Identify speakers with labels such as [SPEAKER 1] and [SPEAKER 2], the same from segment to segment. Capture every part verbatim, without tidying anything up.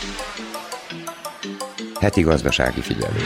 [SPEAKER 1] Heti gazdasági figyelő.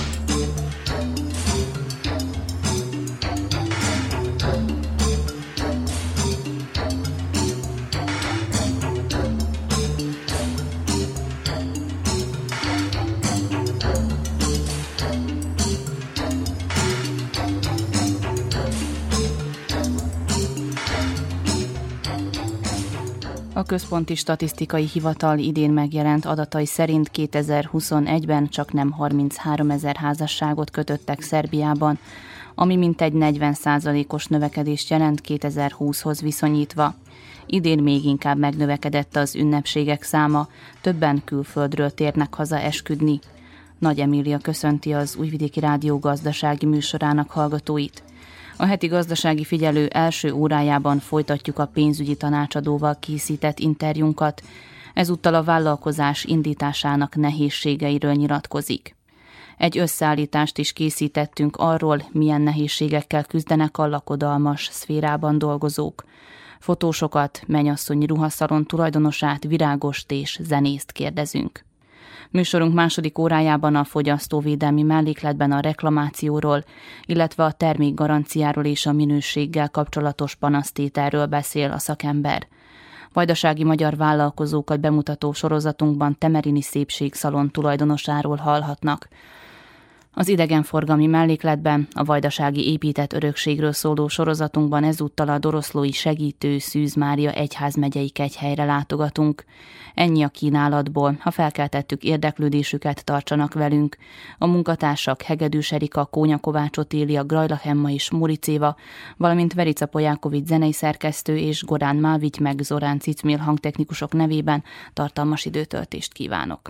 [SPEAKER 2] A Központi Statisztikai Hivatal idén megjelent adatai szerint kétezer-huszonegyben csaknem harmincháromezer házasságot kötöttek Szerbiában, ami mintegy negyven százalékos növekedést jelent kétezer-húszhoz viszonyítva. Idén még inkább megnövekedett az ünnepségek száma, többen külföldről térnek haza esküdni. Nagy Emília köszönti az Újvidéki Rádió gazdasági műsorának hallgatóit. A heti gazdasági figyelő első órájában folytatjuk a pénzügyi tanácsadóval készített interjúnkat. Ezúttal a vállalkozás indításának nehézségeiről nyilatkozik. Egy összeállítást is készítettünk arról, milyen nehézségekkel küzdenek a lakodalmas szférában dolgozók. Fotósokat, mennyasszonyi ruhaszalon tulajdonosát, virágost és zenészt kérdezünk. Műsorunk második órájában a fogyasztóvédelmi mellékletben a reklamációról, illetve a termékgaranciáról és a minőséggel kapcsolatos panasztételről beszél a szakember. Vajdasági magyar vállalkozókat bemutató sorozatunkban Temerini Szépségszalon tulajdonosáról hallhatnak. Az idegenforgalmi mellékletben a vajdasági épített örökségről szóló sorozatunkban ezúttal a Doroszlói Segítő Szűz Mária egyházmegyei kegyhelyre látogatunk. Ennyi a kínálatból, ha felkeltettük érdeklődésüket, tartsanak velünk. A munkatársak Hegedűs Erika, Kónya Kovács Otília, Grajlach Emma és Móricz Éva, valamint Verica Polyákovics zenei szerkesztő és Gorán Mávity meg Zorán Cicmil hangtechnikusok nevében tartalmas időtöltést kívánok.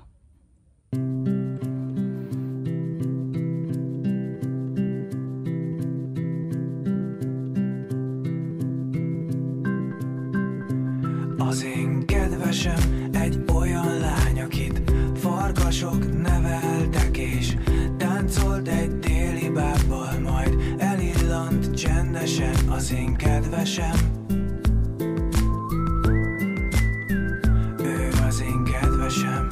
[SPEAKER 3] Az én kedvesem egy olyan lány, akit farkasok neveltek, és táncolt egy déli bábbal, majd elillant csendesen. Az én kedvesem, ő az én kedvesem.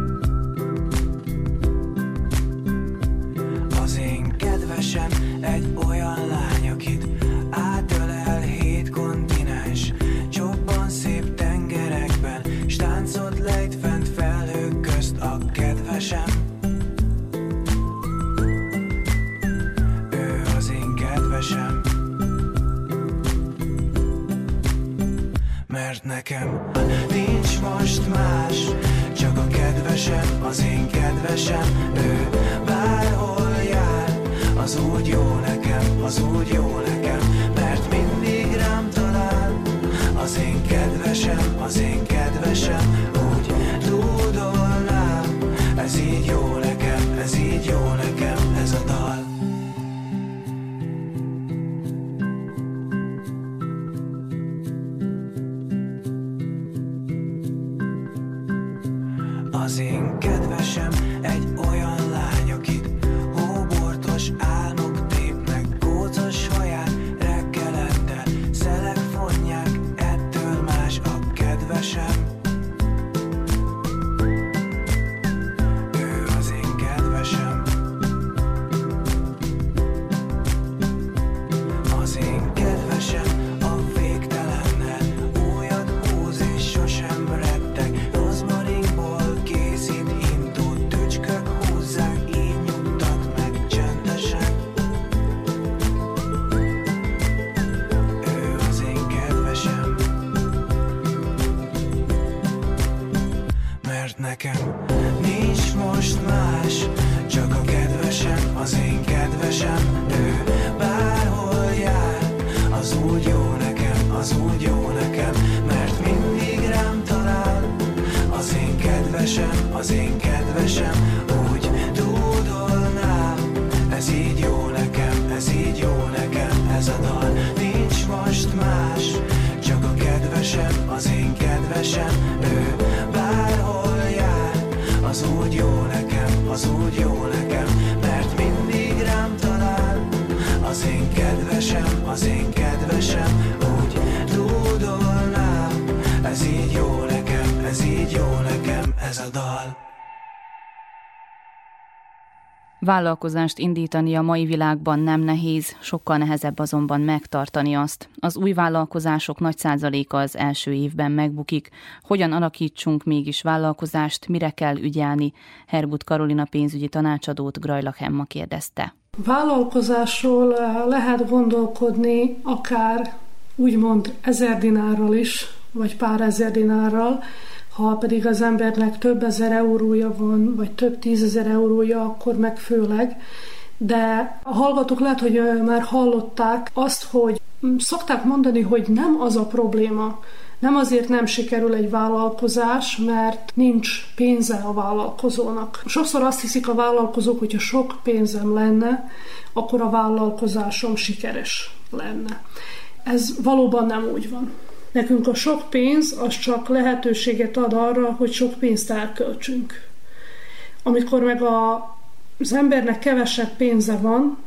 [SPEAKER 3] Az én kedvesem egy olyan lány, akit átölel hét kontinens, csobban szép tengerekben, s táncot lejt fent felhők közt. A kedvesem, ő az én kedvesem. Mert nekem nincs most más, csak a kedvesem, az én kedvesem. Ő bárhol jár, az úgy jó nekem, az úgy jó nekem, mert mindig rám talál. Az én kedvesem, az én kedvesem, úgy dúdolnám. Ez így jó nekem, ez így jó nekem, ez a dal. Az én kedvesem egy olyan lány, akit hóbortos álmok tépnek, kócos haját reggelente szelek fonják, ettől más a kedvesem. Ő az én kedvesem. Az én kedvesem a végtelennel újat húz és sosem retteg, rozmarinból készít intót, tücskök húzzák, így nyugtat meg csendesen. Ő az én kedvesem. Mert nekem nincs most más, csak a kedvesem, az én kedvesem. Ő bárhol jár, az úgy jó nekem, az úgy jó nekem, mert mindig rám talál. Az én kedvesem, az én kedvesem, úgy dúdolnám. Ez így jó nekem, ez így jó nekem, ez a dal. Nincs most más, csak a kedvesem, az én kedvesem. Ő bárhol jár, az úgy jó nekem, az úgy jó nekem, mert mindig rám talál. Az én kedvesem, az én kedvesem, úgy dúdolnám. Ez így jó nekem, ez így jó nekem, ez a dal.
[SPEAKER 2] Vállalkozást indítani a mai világban nem nehéz, sokkal nehezebb azonban megtartani azt. Az új vállalkozások nagy százaléka az első évben megbukik. Hogyan alakítsunk mégis vállalkozást, mire kell ügyelni? Herbut Karolina pénzügyi tanácsadót Grajlach Emma kérdezte.
[SPEAKER 4] Vállalkozásról lehet gondolkodni akár úgymond ezer dinárral is, vagy pár ezer dinárral, ha pedig az embernek több ezer eurója van, vagy több tízezer eurója, akkor meg főleg. De a hallgatók lehet, hogy már hallották azt, hogy szokták mondani, hogy nem az a probléma, nem azért nem sikerül egy vállalkozás, mert nincs pénze a vállalkozónak. Sokszor azt hiszik a vállalkozók, hogyha sok pénzem lenne, akkor a vállalkozásom sikeres lenne. Ez valóban nem úgy van. Nekünk a sok pénz az csak lehetőséget ad arra, hogy sok pénzt elköltsünk. Amikor meg a, az embernek kevesebb pénze van,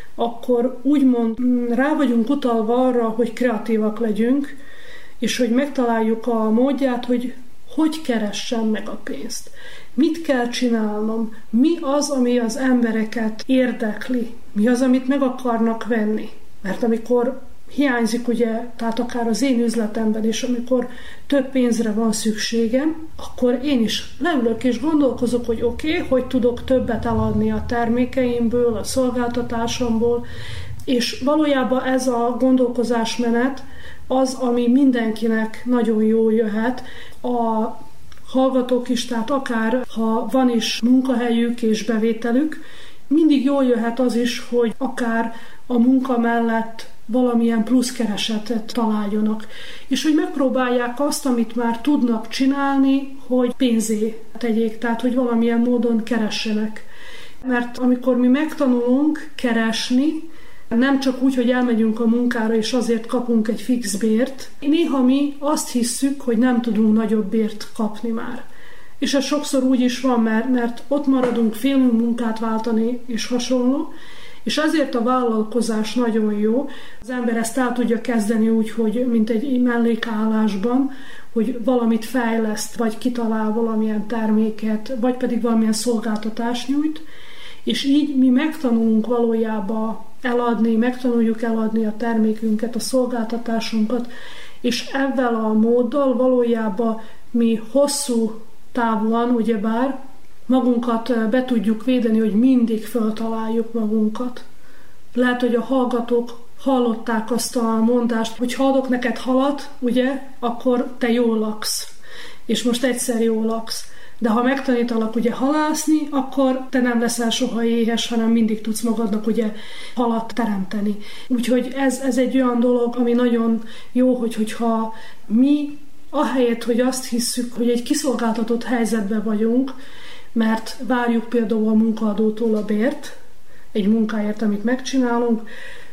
[SPEAKER 4] akkor úgymond rá vagyunk utalva arra, hogy kreatívak legyünk, és hogy megtaláljuk a módját, hogy hogy keressem meg a pénzt. Mit kell csinálnom? Mi az, ami az embereket érdekli? Mi az, amit meg akarnak venni? Mert amikor hiányzik, ugye, tehát akár az én üzletemben is, amikor több pénzre van szükségem, akkor én is leülök és gondolkozok, hogy oké, okay, hogy tudok többet eladni a termékeimből, a szolgáltatásomból, és valójában ez a gondolkozásmenet az, ami mindenkinek nagyon jól jöhet. A hallgatók is, tehát akár ha van is munkahelyük és bevételük, mindig jól jöhet az is, hogy akár a munka mellett valamilyen pluszkeresetet találjanak. És hogy megpróbálják azt, amit már tudnak csinálni, hogy pénzé tegyék, tehát hogy valamilyen módon keressenek. Mert amikor mi megtanulunk keresni, nem csak úgy, hogy elmegyünk a munkára, és azért kapunk egy fix bért, néha mi azt hisszük, hogy nem tudunk nagyobb bért kapni már. És ez sokszor úgy is van, mert, mert ott maradunk, félünk munkát váltani, és hasonló, és ezért a vállalkozás nagyon jó. Az ember ezt el tudja kezdeni úgy, hogy mint egy mellékállásban, hogy valamit fejleszt, vagy kitalál valamilyen terméket, vagy pedig valamilyen szolgáltatást nyújt, és így mi megtanulunk valójában eladni, megtanuljuk eladni a termékünket, a szolgáltatásunkat, és ezzel a móddal valójában mi hosszú távon, ugyebár, magunkat be tudjuk védeni, hogy mindig föltaláljuk magunkat. Lehet, hogy a hallgatók hallották azt a mondást, hogy ha adok neked halat, ugye, akkor te jól laksz. És most egyszer jól laksz. De ha megtanítalak ugye halászni, akkor te nem leszel soha éhes, hanem mindig tudsz magadnak ugye halat teremteni. Úgyhogy ez, ez egy olyan dolog, ami nagyon jó, hogy, hogyha mi ahelyett, hogy azt hisszük, hogy egy kiszolgáltatott helyzetben vagyunk, mert várjuk például a munkaadótól a bért, egy munkáért, amit megcsinálunk.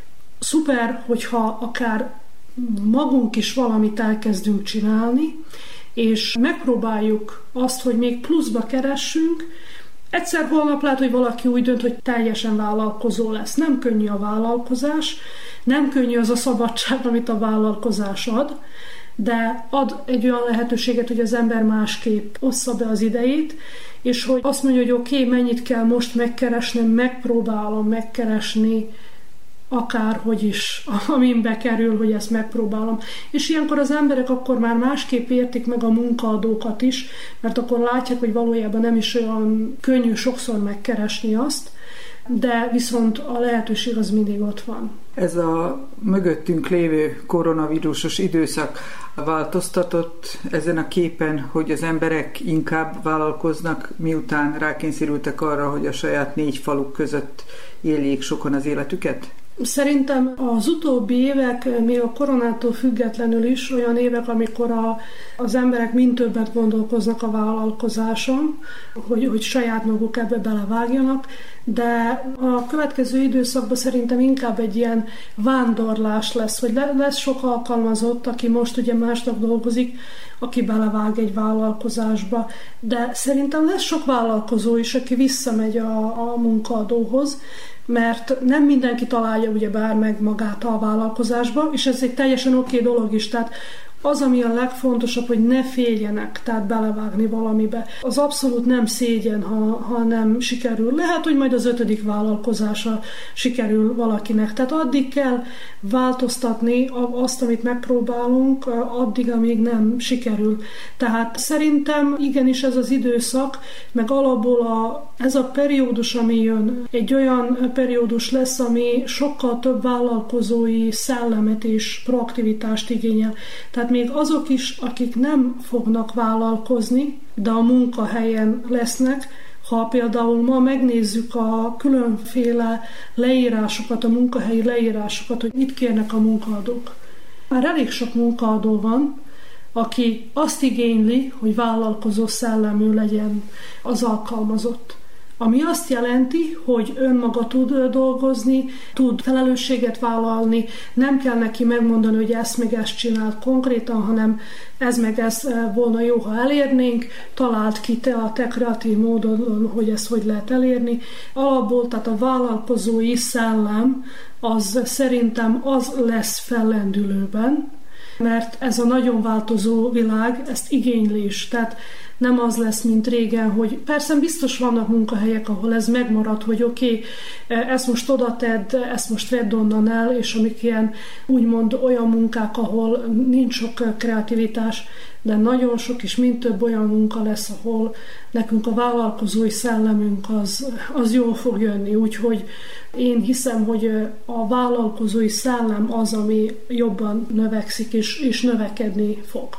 [SPEAKER 4] Szuper, hogyha akár magunk is valamit elkezdünk csinálni, és megpróbáljuk azt, hogy még pluszba keressünk. Egyszer holnap lehet, hogy valaki úgy dönt, hogy teljesen vállalkozó lesz. Nem könnyű a vállalkozás, nem könnyű az a szabadság, amit a vállalkozás ad, de ad egy olyan lehetőséget, hogy az ember másképp ossza be az idejét, és hogy azt mondja, hogy oké, okay, mennyit kell most megkeresnem, megpróbálom megkeresni, akárhogy is, amin bekerül, hogy ezt megpróbálom. És ilyenkor az emberek akkor már másképp értik meg a munkaadókat is, mert akkor látják, hogy valójában nem is olyan könnyű sokszor megkeresni azt, de viszont a lehetőség az mindig ott van.
[SPEAKER 5] Ez a mögöttünk lévő koronavírusos időszak változtatott ezen a képen, hogy az emberek inkább vállalkoznak, miután rákényszerültek arra, hogy a saját négy faluk között éljék sokan az életüket?
[SPEAKER 4] Szerintem az utóbbi évek, még a koronától függetlenül is olyan évek, amikor a, az emberek mind többet gondolkoznak a vállalkozáson, hogy, hogy saját maguk ebbe belevágjanak, de a következő időszakban szerintem inkább egy ilyen vándorlás lesz, hogy lesz sok alkalmazott, aki most ugye másnak dolgozik, aki belevág egy vállalkozásba, de szerintem lesz sok vállalkozó is, aki visszamegy a, a munkaadóhoz, mert nem mindenki találja ugyebár meg magát a vállalkozásba, és ez egy teljesen oké dolog is, tehát Az, ami a legfontosabb, hogy ne féljenek, tehát belevágni valamibe. Az abszolút nem szégyen, ha, ha nem sikerül. Lehet, hogy majd az ötödik vállalkozása sikerül valakinek. Tehát addig kell változtatni azt, amit megpróbálunk, addig, amíg nem sikerül. Tehát szerintem igenis ez az időszak, meg alapból a, ez a periódus, ami jön, egy olyan periódus lesz, ami sokkal több vállalkozói szellemet és proaktivitást igényel. Tehát még azok is, akik nem fognak vállalkozni, de a munkahelyen lesznek, ha például ma megnézzük a különféle leírásokat, a munkahelyi leírásokat, hogy mit kérnek a munkaadók. Már elég sok munkaadó van, aki azt igényli, hogy vállalkozó szellemű legyen az alkalmazott. Ami azt jelenti, hogy önmaga tud dolgozni, tud felelősséget vállalni, nem kell neki megmondani, hogy ezt meg ezt csinált konkrétan, hanem ez meg ez volna jó, ha elérnénk, talált ki te a te kreatív módon, hogy ezt hogy lehet elérni. Alapból, tehát a vállalkozói szellem, az szerintem az lesz fellendülőben, mert ez a nagyon változó világ ezt igényli is. Tehát nem az lesz, mint régen, hogy persze biztos vannak munkahelyek, ahol ez megmarad, hogy oké, okay, ezt most oda tedd, ezt most vedd onnan el, és amik ilyen úgymond olyan munkák, ahol nincs sok kreativitás, de nagyon sok és mind több olyan munka lesz, ahol nekünk a vállalkozói szellemünk az, az jól fog jönni. Úgyhogy én hiszem, hogy a vállalkozói szellem az, ami jobban növekszik és, és növekedni fog.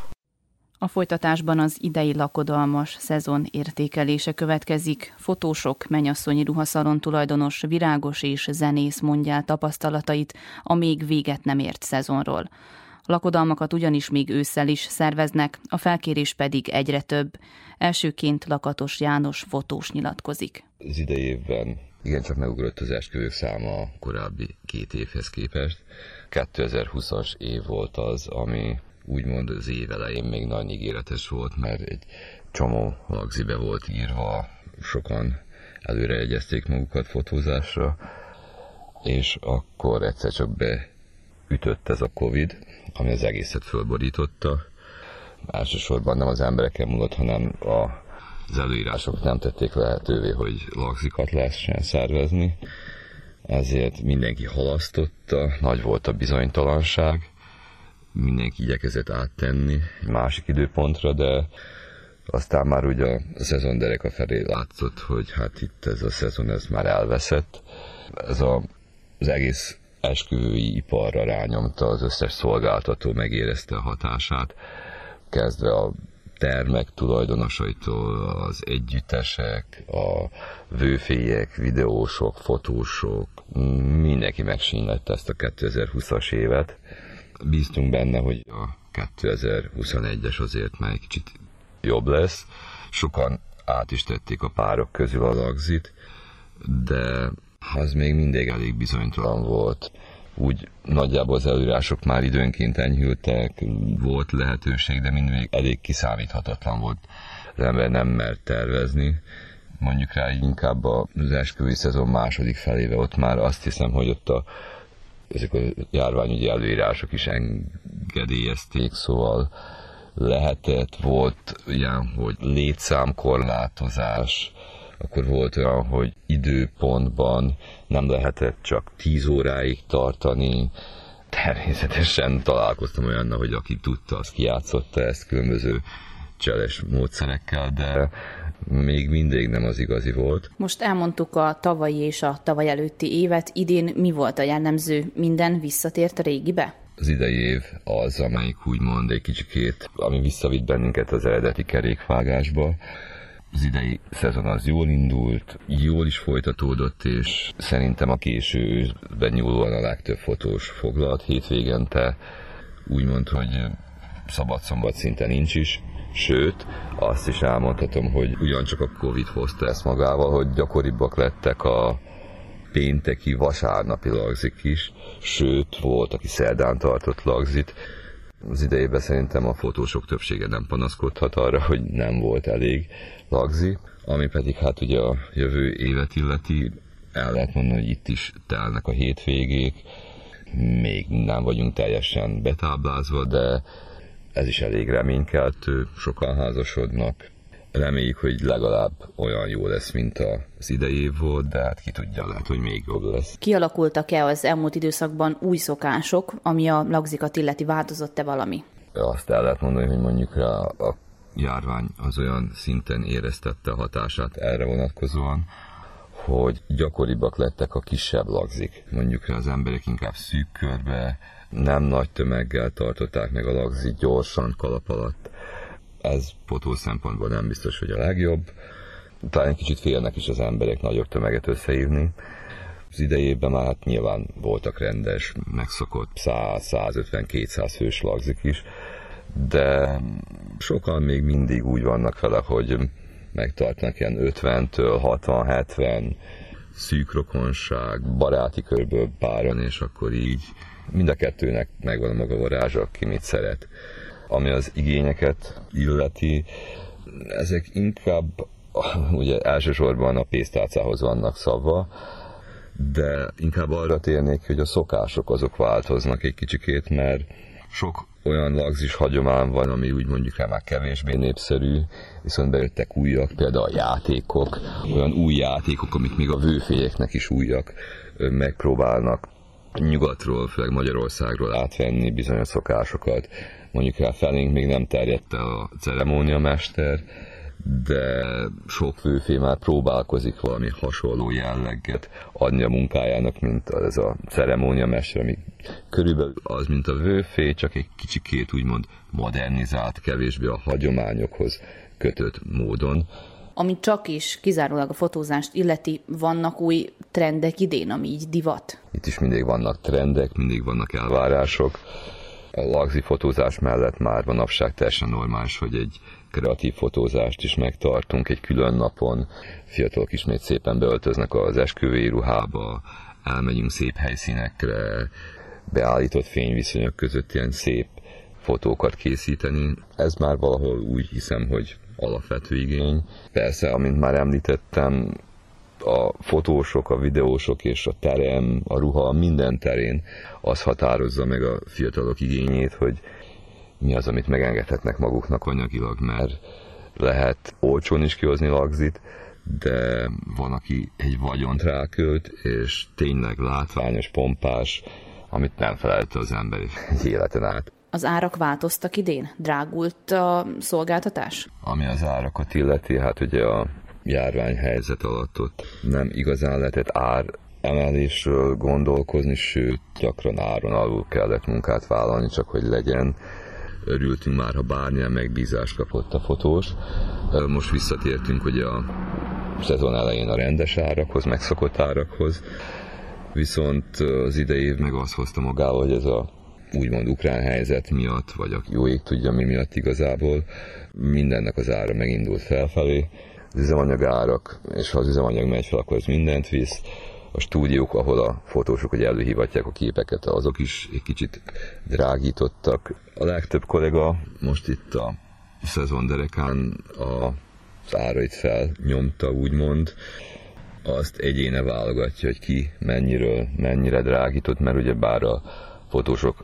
[SPEAKER 2] A folytatásban az idei lakodalmas szezon értékelése következik. Fotósok, mennyasszonyi ruhaszalon tulajdonos, virágos és zenész mondja el tapasztalatait a még véget nem ért szezonról. Lakodalmakat ugyanis még ősszel is szerveznek, a felkérés pedig egyre több. Elsőként Lakatos János fotós nyilatkozik.
[SPEAKER 6] Az idei évben igencsak megugrott az esküvők száma a korábbi két évhez képest. kétezer-húszas év volt az, ami úgymond az év elején még nagy ígéretes volt, mert egy csomó lagzibe volt írva, sokan előre jegyezték magukat fotózásra, és akkor egyszer csak beütött ez a Covid, ami az egészet fölborította. Elsősorban nem az embereken múlott, hanem a, az előírások nem tették lehetővé, hogy lagzikat lehessen szervezni. Ezért mindenki halasztotta, nagy volt a bizonytalanság, mindenki igyekezett áttenni egy másik időpontra, de aztán már ugye a szezon dereka felé látszott, hogy hát itt ez a szezon ez már elveszett. Ez a, az egész esküvői iparra rányomta, az összes szolgáltató megérezte a hatását, kezdve a termek tulajdonosaitól, az együttesek, a vőfélyek, videósok, fotósok, mindenki megsínlette ezt a kétezer-húszas évet. Bíztunk benne, hogy a kétezer-huszonegyes azért már egy kicsit jobb lesz. Sokan át is tették a párok közül a lagzit, de az még mindig elég bizonytalan volt. Úgy nagyjából az előírások már időnként enyhültek, volt lehetőség, de mindig elég kiszámíthatatlan volt. Az ember nem mert tervezni. Mondjuk rá inkább az esküvői szezon második felébe, ott már azt hiszem, hogy ott a ezek a járványügyi előírások is engedélyezték, szóval lehetett, volt ilyen, hogy létszámkorlátozás, akkor volt olyan, hogy időpontban nem lehetett csak tíz óráig tartani. Természetesen találkoztam olyannal, hogy aki tudta, az kijátszotta ezt különböző cseles módszerekkel, de még mindig nem az igazi volt.
[SPEAKER 2] Most elmondtuk a tavalyi és a tavaly előtti évet. Idén mi volt a jellemző? Minden visszatért a régibe?
[SPEAKER 6] Az idei év az, amelyik úgymond egy kicsikét, ami visszavitt bennünket az eredeti kerékvágásba. Az idei szezon az jól indult, jól is folytatódott, és szerintem a késő őszben nyúlóan a legtöbb fotós foglalt hétvégente. Úgymond, hogy szabad-szombat szinte nincs is. Sőt, azt is elmondhatom, hogy ugyancsak a Covid hozta ezt magával, hogy gyakoribbak lettek a pénteki, vasárnapi lagzik is, sőt, volt, aki szerdán tartott lagzit. Az idejében szerintem a fotósok többsége nem panaszkodhat arra, hogy nem volt elég lagzi, ami pedig hát ugye a jövő évet illeti, el lehet mondani, hogy itt is telnek a hétvégék, még nem vagyunk teljesen betáblázva, de Ez is elég reménykeltő, sokan házasodnak. Reméljük, hogy legalább olyan jó lesz, mint az idei év volt, de hát ki tudja, lehet, hogy még jobb lesz.
[SPEAKER 2] Kialakultak-e az elmúlt időszakban új szokások, ami a lagzikat illeti, változott-e valami?
[SPEAKER 6] Azt el lehet mondani, hogy mondjuk rá a járvány az olyan szinten éreztette a hatását erre vonatkozóan, hogy gyakoribbak lettek a kisebb lagzik. Mondjuk rá az emberek inkább szűk körbe, nem nagy tömeggel tartották meg a lagzit gyorsan, kalap alatt. Ez fotó szempontból nem biztos, hogy a legjobb. Talán kicsit félnek is az emberek nagyobb tömeget összehívni. Az idejében már hát nyilván voltak rendes, megszokott száz-százötven-kétszáz fős lagzik is, de sokan még mindig úgy vannak vele, hogy megtartnak ilyen ötventől hatvan-hetven szűk rokonság, baráti körből páran, és akkor így mind a kettőnek megvan a maga varázsa, ki mit szeret. Ami az igényeket illeti, ezek inkább ugye elsősorban a pénztárcához vannak szabva, de inkább arra térnék, hogy a szokások azok változnak egy kicsikét, mert sok olyan lagzis hagyomány van, ami úgy mondjuk rá már kevésbé népszerű, viszont bejöttek újak, például a játékok, olyan új játékok, amik még a vőfélyeknek is újak, megpróbálnak nyugatról, főleg Magyarországról átvenni bizonyos szokásokat. Mondjuk rá felénk még nem terjedt el a ceremóniamester, de sok vőfély már próbálkozik valami hasonló jelleget adni a munkájának, mint ez a ceremóniamester, ami körülbelül az, mint a vőfély, csak egy kicsikét úgymond modernizált, kevésbé a hagyományokhoz kötött módon.
[SPEAKER 2] Ami csak is kizárólag a fotózást illeti, vannak új trendek idén, ami így divat?
[SPEAKER 6] Itt is mindig vannak trendek, mindig vannak elvárások. A lagzi fotózás mellett már manapság teljesen normális, hogy egy kreatív fotózást is megtartunk egy külön napon. Fiatalok ismét szépen beöltöznek az esküvői ruhába, elmegyünk szép helyszínekre, beállított fényviszonyok között ilyen szép fotókat készíteni. Ez már valahol úgy hiszem, hogy alapvető igény. Persze, amint már említettem, a fotósok, a videósok és a terem, a ruha minden terén az határozza meg a fiatalok igényét, hogy mi az, amit megengedhetnek maguknak anyagilag, mert lehet olcsón is kihozni lagzit, de van, aki egy vagyont rákölt, és tényleg látványos, pompás, amit nem felelt az ember egy életen át.
[SPEAKER 2] Az árak változtak idén? Drágult a szolgáltatás?
[SPEAKER 6] Ami az árakat illeti, hát ugye a járványhelyzet alatt ott nem igazán lehetett ár emelésről gondolkozni, sőt, gyakran áron alul kellett munkát vállalni, csak hogy legyen. Örültünk már, ha bármilyen megbízást kapott a fotós. Most visszatértünk ugye a szezon elején a rendes árakhoz, megszokott árakhoz, viszont az idei év meg azt hozta magával, hogy ez a úgymond ukrán helyzet miatt, vagy a jó ég tudja mi miatt igazából, mindennek az ára megindult felfelé. Az üzemanyag árak, és ha az üzemanyag megy fel, akkor ez mindent visz. A stúdiók, ahol a fotósok hogy előhívatják a képeket, azok is egy kicsit drágítottak. A legtöbb kollega most itt a szezon derekán az árait felnyomta, úgymond. Azt egyéne válogatja, hogy ki mennyiről, mennyire drágított, mert ugye bár a fotósok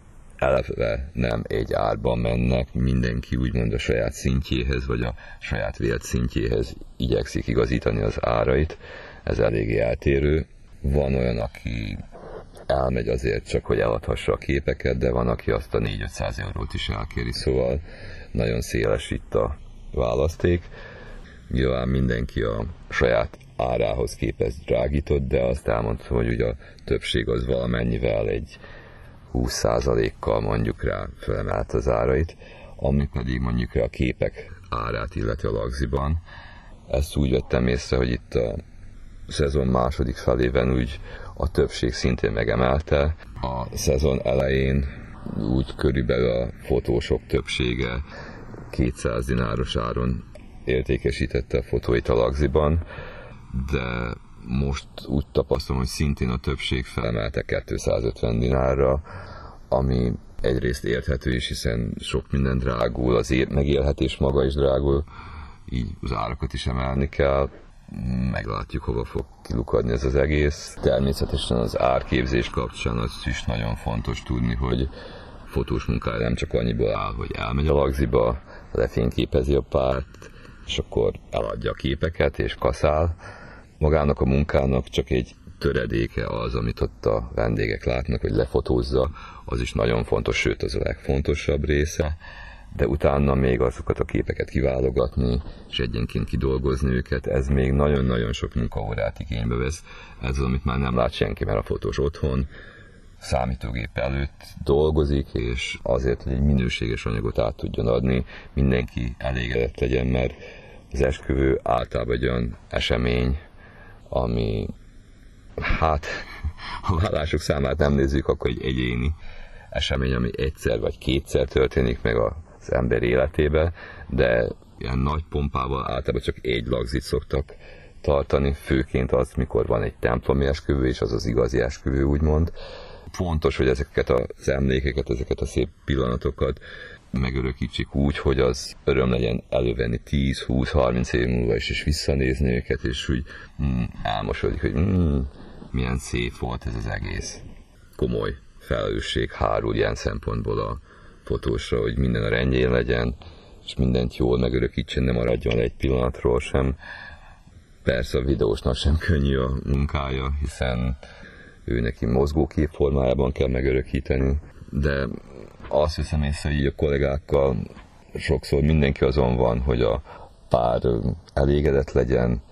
[SPEAKER 6] eleve nem egy árban mennek, mindenki úgymond a saját szintjéhez, vagy a saját vélt szintjéhez igyekszik igazítani az árait. Ez eléggé eltérő. Van olyan, aki elmegy azért csak, hogy eladhassa a képeket, de van, aki azt a négy-ötszáz eurót is elkéri, szóval nagyon széles itt a választék. Nyilván mindenki a saját árához képest drágított, de azt elmondtam, hogy ugye a többség az valamennyivel egy húsz százalékkal mondjuk rá felemelt az árait, ami pedig mondjuk rá a képek árát illeti a lagziban. Ezt úgy vettem észre, hogy itt a szezon második felében úgy a többség szintén megemelte. A szezon elején úgy körülbelül a fotósok többsége kétszáz dináros áron értékesítette a fotóit a lagziban, de most úgy tapasztalom, hogy szintén a többség felemelte kétszázötven dinárra, ami egyrészt érthető is, hiszen sok minden drágul, az ér- megélhetés maga is drágul, így az árakat is emelni kell. Meglátjuk, hova fog kilukadni ez az egész. Természetesen az árképzés kapcsán az is nagyon fontos tudni, hogy fotós munkája nem csak annyiból áll, hogy elmegy a lagziba, lefényképezi a párt, és akkor eladja a képeket és kaszál. Magának a munkának csak egy töredéke az, amit ott a vendégek látnak, hogy lefotózza, az is nagyon fontos, sőt az a legfontosabb része, de utána még azokat a képeket kiválogatni, és egyenként kidolgozni őket, ez még nagyon-nagyon sok munkaórát igénybe vesz. Ez az, amit már nem lát senki, mert a fotós otthon számítógép előtt dolgozik, és azért, hogy egy minőséges anyagot át tudjon adni, mindenki elégedett legyen, mert az esküvő általában egy olyan esemény, ami, hát, ha vállások számát nem nézzük, akkor egy egyéni esemény, ami egyszer vagy kétszer történik meg az ember életébe, de ilyen nagy pompával általában csak egy lagzit szoktak tartani, főként az, mikor van egy templomi esküvő, és az az igazi esküvő, úgymond. Fontos, hogy ezeket az emlékeket, ezeket a szép pillanatokat megörökítsük úgy, hogy az öröm legyen elővenni tíz, húsz, harminc év múlva is, és visszanézni őket, és úgy mm, elmosodik, hogy mm, milyen szép volt ez az egész. Komoly felelősség hárul ilyen szempontból a fotósra, hogy minden a rendjén legyen, és mindent jól megörökítsen, nem maradjon le egy pillanatról sem. Persze a videósnak sem könnyű a munkája, hiszen ő neki mozgókép formájában kell megörökíteni, de azt hiszem észre, hogy a kollégákkal sokszor mindenki azon van, hogy a pár elégedett legyen,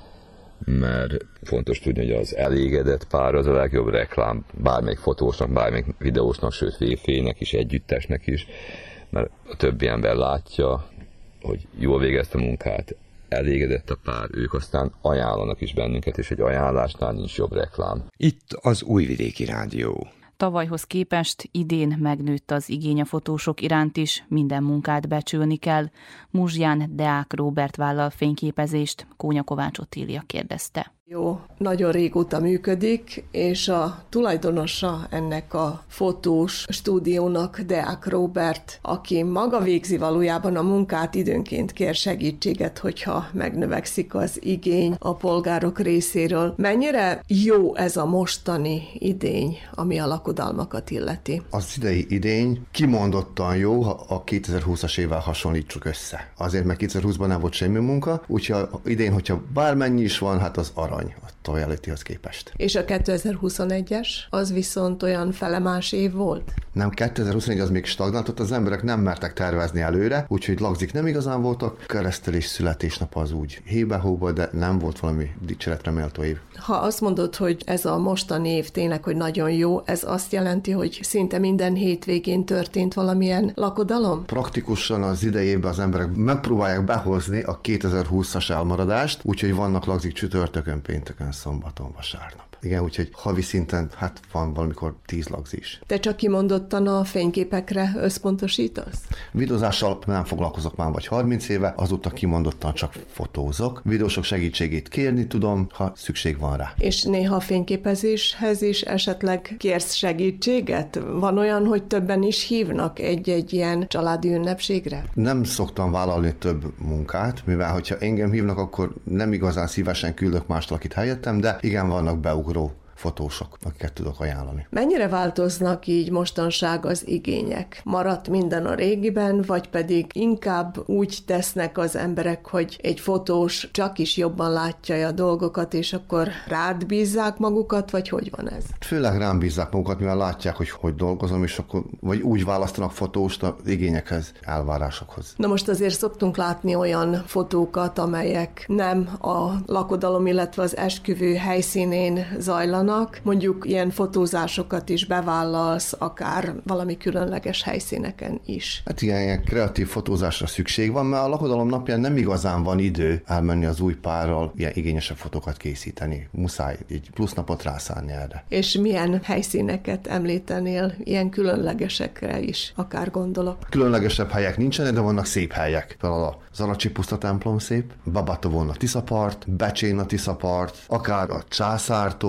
[SPEAKER 6] mert fontos tudni, hogy az elégedett pár az a legjobb reklám bármelyik fotósnak, bármelyik videósnak, sőt véfének is, együttesnek is, mert a többi ember látja, hogy jól végezte a munkát, elégedett a pár, ők aztán ajánlanak is bennünket, és egy ajánlásnál nincs jobb reklám.
[SPEAKER 1] Itt az Újvidéki Rádió.
[SPEAKER 2] Tavalyhoz képest idén megnőtt az igény a fotósok iránt is, minden munkát becsülni kell. Muzsján Deák Róbert vállal fényképezést, Kónya Kovács Otília kérdezte.
[SPEAKER 7] Jó, nagyon régóta működik, és a tulajdonosa ennek a fotós stúdiónak Deák Róbert, aki maga végzi valójában a munkát, időnként kér segítséget, hogyha megnövekszik az igény a polgárok részéről. Mennyire jó ez a mostani idény, ami a lakodalmakat illeti?
[SPEAKER 8] Az idei idény kimondottan jó, ha a kétezer-húszas évvel hasonlítsuk össze. Azért, mert kétezer-húszban nem volt semmi munka, úgyhogy idén, hogyha bármennyi is van, hát az arany a előttihez képest.
[SPEAKER 7] És a kétezer-huszonegyes, az viszont olyan felemás év volt?
[SPEAKER 8] Nem, kétezer-huszonegy az még stagnált, az emberek nem mertek tervezni előre, úgyhogy lagzik nem igazán voltak, keresztelés születésnap az úgy hébe-hóba, de nem volt valami dicséretre méltó év.
[SPEAKER 7] Ha azt mondod, hogy ez a mostani év tényleg, hogy nagyon jó, ez azt jelenti, hogy szinte minden hétvégén történt valamilyen lakodalom?
[SPEAKER 8] Praktikusan az idejében az emberek megpróbálják behozni a kétezer-húszas elmaradást, úgyhogy vannak lagzik csütörtökön, pénteken, szombaton, vasárnap. Igen, úgyhogy havi szinten, hát van valamikor tíz lagz is.
[SPEAKER 7] Te csak kimondottan a fényképekre összpontosítasz?
[SPEAKER 8] Videózással nem foglalkozok már vagy harminc éve, azóta kimondottan csak fotózok. Videósok segítségét kérni tudom, ha szükség van rá.
[SPEAKER 7] És néha a fényképezéshez is esetleg kérsz segítséget? Van olyan, hogy többen is hívnak egy-egy ilyen családi ünnepségre?
[SPEAKER 8] Nem szoktam vállalni több munkát, mivel hogyha engem hívnak, akkor nem igazán szívesen küldök mást, akit helyettem, de igen, vannak beugró fotósok, akiket tudok ajánlani.
[SPEAKER 7] Mennyire változnak így mostanság az igények? Maradt minden a régiben, vagy pedig inkább úgy tesznek az emberek, hogy egy fotós csak is jobban látja a dolgokat, és akkor rád bízzák magukat, vagy hogy van ez?
[SPEAKER 8] Főleg rám bízzák magukat, mivel látják, hogy hogy dolgozom, és akkor vagy úgy választanak fotóst az igényekhez, elvárásokhoz.
[SPEAKER 7] Na most azért szoktunk látni olyan fotókat, amelyek nem a lakodalom, illetve az esküvő helyszínén zajlanak, mondjuk ilyen fotózásokat is bevállalsz, akár valami különleges helyszíneken is.
[SPEAKER 8] Hát igen, ilyen kreatív fotózásra szükség van, mert a lakodalom napján nem igazán van idő elmenni az új párral, ilyen igényesebb fotókat készíteni. Muszáj egy plusz napot rászánni erre.
[SPEAKER 7] És milyen helyszíneket említenél, ilyen különlegesekre is, akár gondolok?
[SPEAKER 8] Különlegesebb helyek nincsenek, de vannak szép helyek. Például a Zaracsi puszta templom szép, Babatovon a Tiszapart, Becsén a Tiszapart, akár a Császártó, de rengeteg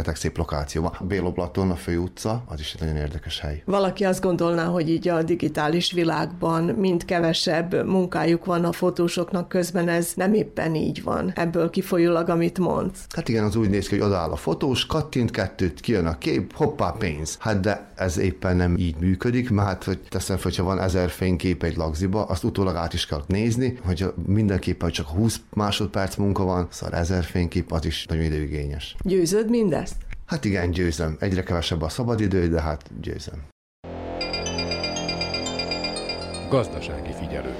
[SPEAKER 8] rengeteg szép lokáció van. Béloblaton, a főutca, az is egy nagyon érdekes hely.
[SPEAKER 7] Valaki azt gondolná, hogy így a digitális világban mind kevesebb munkájuk van a fotósoknak, közben ez nem éppen így van. Ebből kifolyólag, amit mondsz.
[SPEAKER 8] Hát igen, az úgy néz ki, hogy odaáll a fotós, kattint kettőt, kijön a kép, hoppá, pénz. Hát de ez éppen nem így működik, mert hát, hogy teszem fel, hogyha van ezer fénykép egy lagziba, azt utólag át is kell nézni, hogy mindenképpen csak húsz másodperc munka van, szóval ezer fénykép, az is nagyon időigényes.
[SPEAKER 7] Győzöd mindezt?
[SPEAKER 8] Hát igen, győzöm. Egyre kevesebb a szabadidő, de hát győzöm.
[SPEAKER 9] Gazdasági figyelő.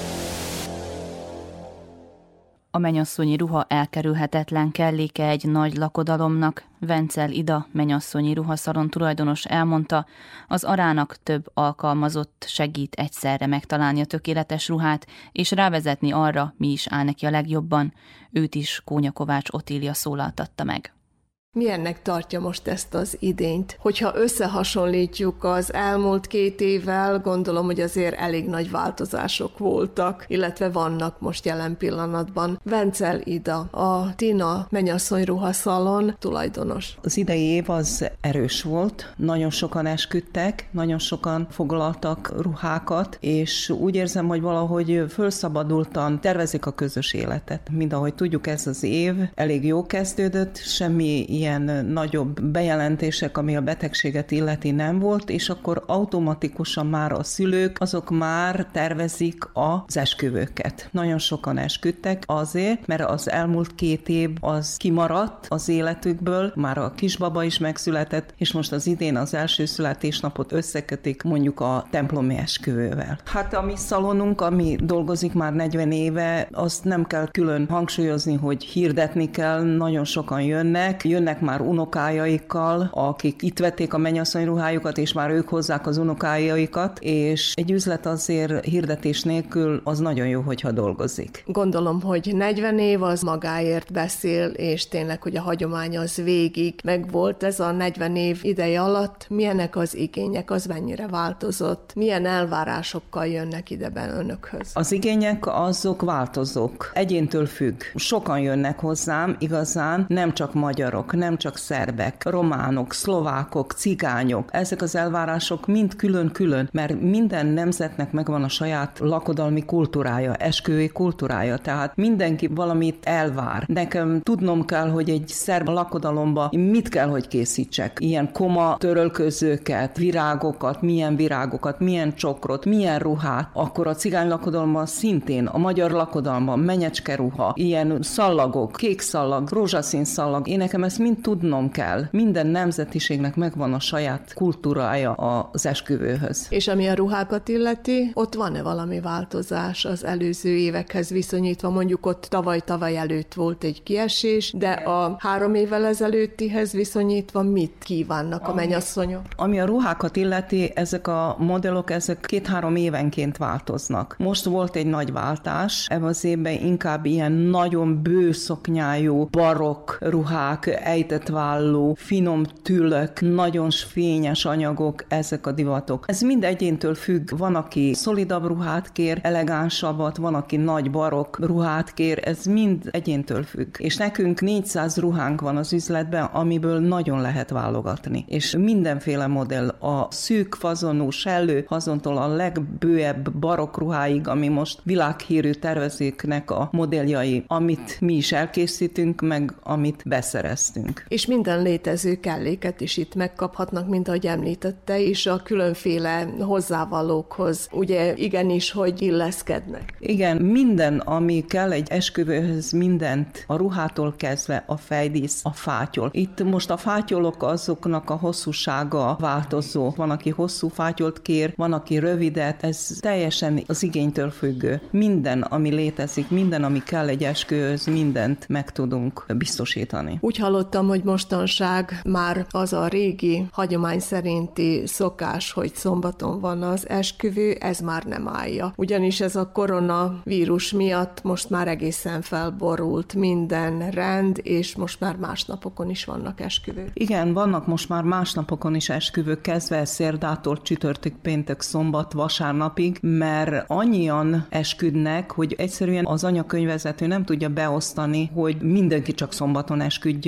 [SPEAKER 2] A mennyasszonyi ruha elkerülhetetlen kelléke egy nagy lakodalomnak. Vencel Ida, mennyasszonyi ruhaszalon tulajdonos elmondta, az arának több alkalmazott segít egyszerre megtalálni a tökéletes ruhát, és rávezetni arra, mi is áll neki a legjobban. Őt is Kónya Kovács Otília szólaltatta meg.
[SPEAKER 7] Milyennek tartja most ezt az idényt? Hogyha összehasonlítjuk az elmúlt két évvel, gondolom, hogy azért elég nagy változások voltak, illetve vannak most jelen pillanatban. Vencel Ida, a Tina mennyasszony ruhaszalon tulajdonos.
[SPEAKER 10] Az idei év az erős volt, nagyon sokan esküdtek, nagyon sokan foglaltak ruhákat, és úgy érzem, hogy valahogy fölszabadultan tervezik a közös életet. Mind ahogy tudjuk, ez az év elég jó kezdődött, semmi ilyen nagyobb bejelentések, ami a betegséget illeti nem volt, és akkor automatikusan már a szülők, azok már tervezik az esküvőket. Nagyon sokan esküdtek azért, mert az elmúlt két év az kimaradt az életükből, már a kisbaba is megszületett, és most az idén az első születésnapot összekötik mondjuk a templomi esküvővel. Hát a mi szalonunk, ami dolgozik már negyven éve, azt nem kell külön hangsúlyozni, hogy hirdetni kell, nagyon sokan jönnek, jönnek már unokájaikkal, akik itt vették a mennyasszony ruhájukat, és már ők hozzák az unokájaikat, és egy üzlet azért hirdetés nélkül az nagyon jó, hogyha dolgozik.
[SPEAKER 7] Gondolom, hogy negyven év az magáért beszél, és tényleg, hogy a hagyomány az végig megvolt ez a negyven év ideje alatt. Milyenek az igények, az mennyire változott? Milyen elvárásokkal jönnek ide be önökhöz?
[SPEAKER 10] Az igények azok változók. Egyéntől függ. Sokan jönnek hozzám, igazán nem csak magyarok, nem csak szerbek, románok, szlovákok, cigányok. Ezek az elvárások mind külön-külön, mert minden nemzetnek megvan a saját lakodalmi kultúrája, esküvői kultúrája, tehát mindenki valamit elvár. Nekem tudnom kell, hogy egy szerb lakodalomba mit kell, hogy készítsek. Ilyen koma törölközőket, virágokat, milyen virágokat, milyen csokrot, milyen ruhát. Akkor a cigány lakodalomban szintén, a magyar lakodalomban menyecske ruha, ilyen szallagok, kék szallag, rózsaszín szallag. Én nekem ezt mind tudnom kell. Minden nemzetiségnek megvan a saját kultúrája az esküvőhöz.
[SPEAKER 7] És ami a ruhákat illeti, ott van-e valami változás az előző évekhez viszonyítva? Mondjuk ott tavaly-tavaly előtt volt egy kiesés, de a három évvel ezelőttihez viszonyítva mit kívánnak a mennyasszonyok?
[SPEAKER 10] Ami a ruhákat illeti, ezek a modellok, ezek két-három évenként változnak. Most volt egy nagy váltás, ebben az évben inkább ilyen nagyon bő szoknyájú, barokk ruhák, ejtett vállú, finom tüllök, nagyon fényes anyagok, ezek a divatok. Ez mind egyéntől függ. Van, aki szolidabb ruhát kér, elegánsabbat, van, aki nagy barokk ruhát kér, ez mind egyéntől függ. És nekünk négyszáz ruhánk van az üzletben, amiből nagyon lehet válogatni. És mindenféle modell, a szűk fazonú, sellő fazontól a legbőebb barokk ruháig, ami most világhírű tervezőknek a modelljai, amit mi is elkészítünk, meg amit beszereztünk.
[SPEAKER 7] És minden létező kelléket is itt megkaphatnak, mint ahogy említette, és a különféle hozzávalókhoz, ugye igenis, hogy illeszkednek.
[SPEAKER 10] Igen, minden, ami kell egy esküvőhöz, mindent, a ruhától kezdve a fejdísz, a fátyol. Itt most a fátyolok azoknak a hosszúsága változó. Van, aki hosszú fátyolt kér, van, aki rövidet, ez teljesen az igénytől függő. Minden, ami létezik, minden, ami kell egy esküvőhöz, mindent meg tudunk biztosítani.
[SPEAKER 7] Úgy hallottam, hogy mostanság már az a régi hagyomány szerinti szokás, hogy szombaton van az esküvő, ez már nem állja. Ugyanis ez a koronavírus miatt most már egészen felborult minden rend, és most már más napokon is vannak esküvők.
[SPEAKER 10] Igen, vannak most már más napokon is esküvők, kezdve szerdától csütörtök, péntek, szombat, vasárnapig, mert annyian esküdnek, hogy egyszerűen az anyakönyvvezető nem tudja beosztani, hogy mindenki csak szombaton esküdjön,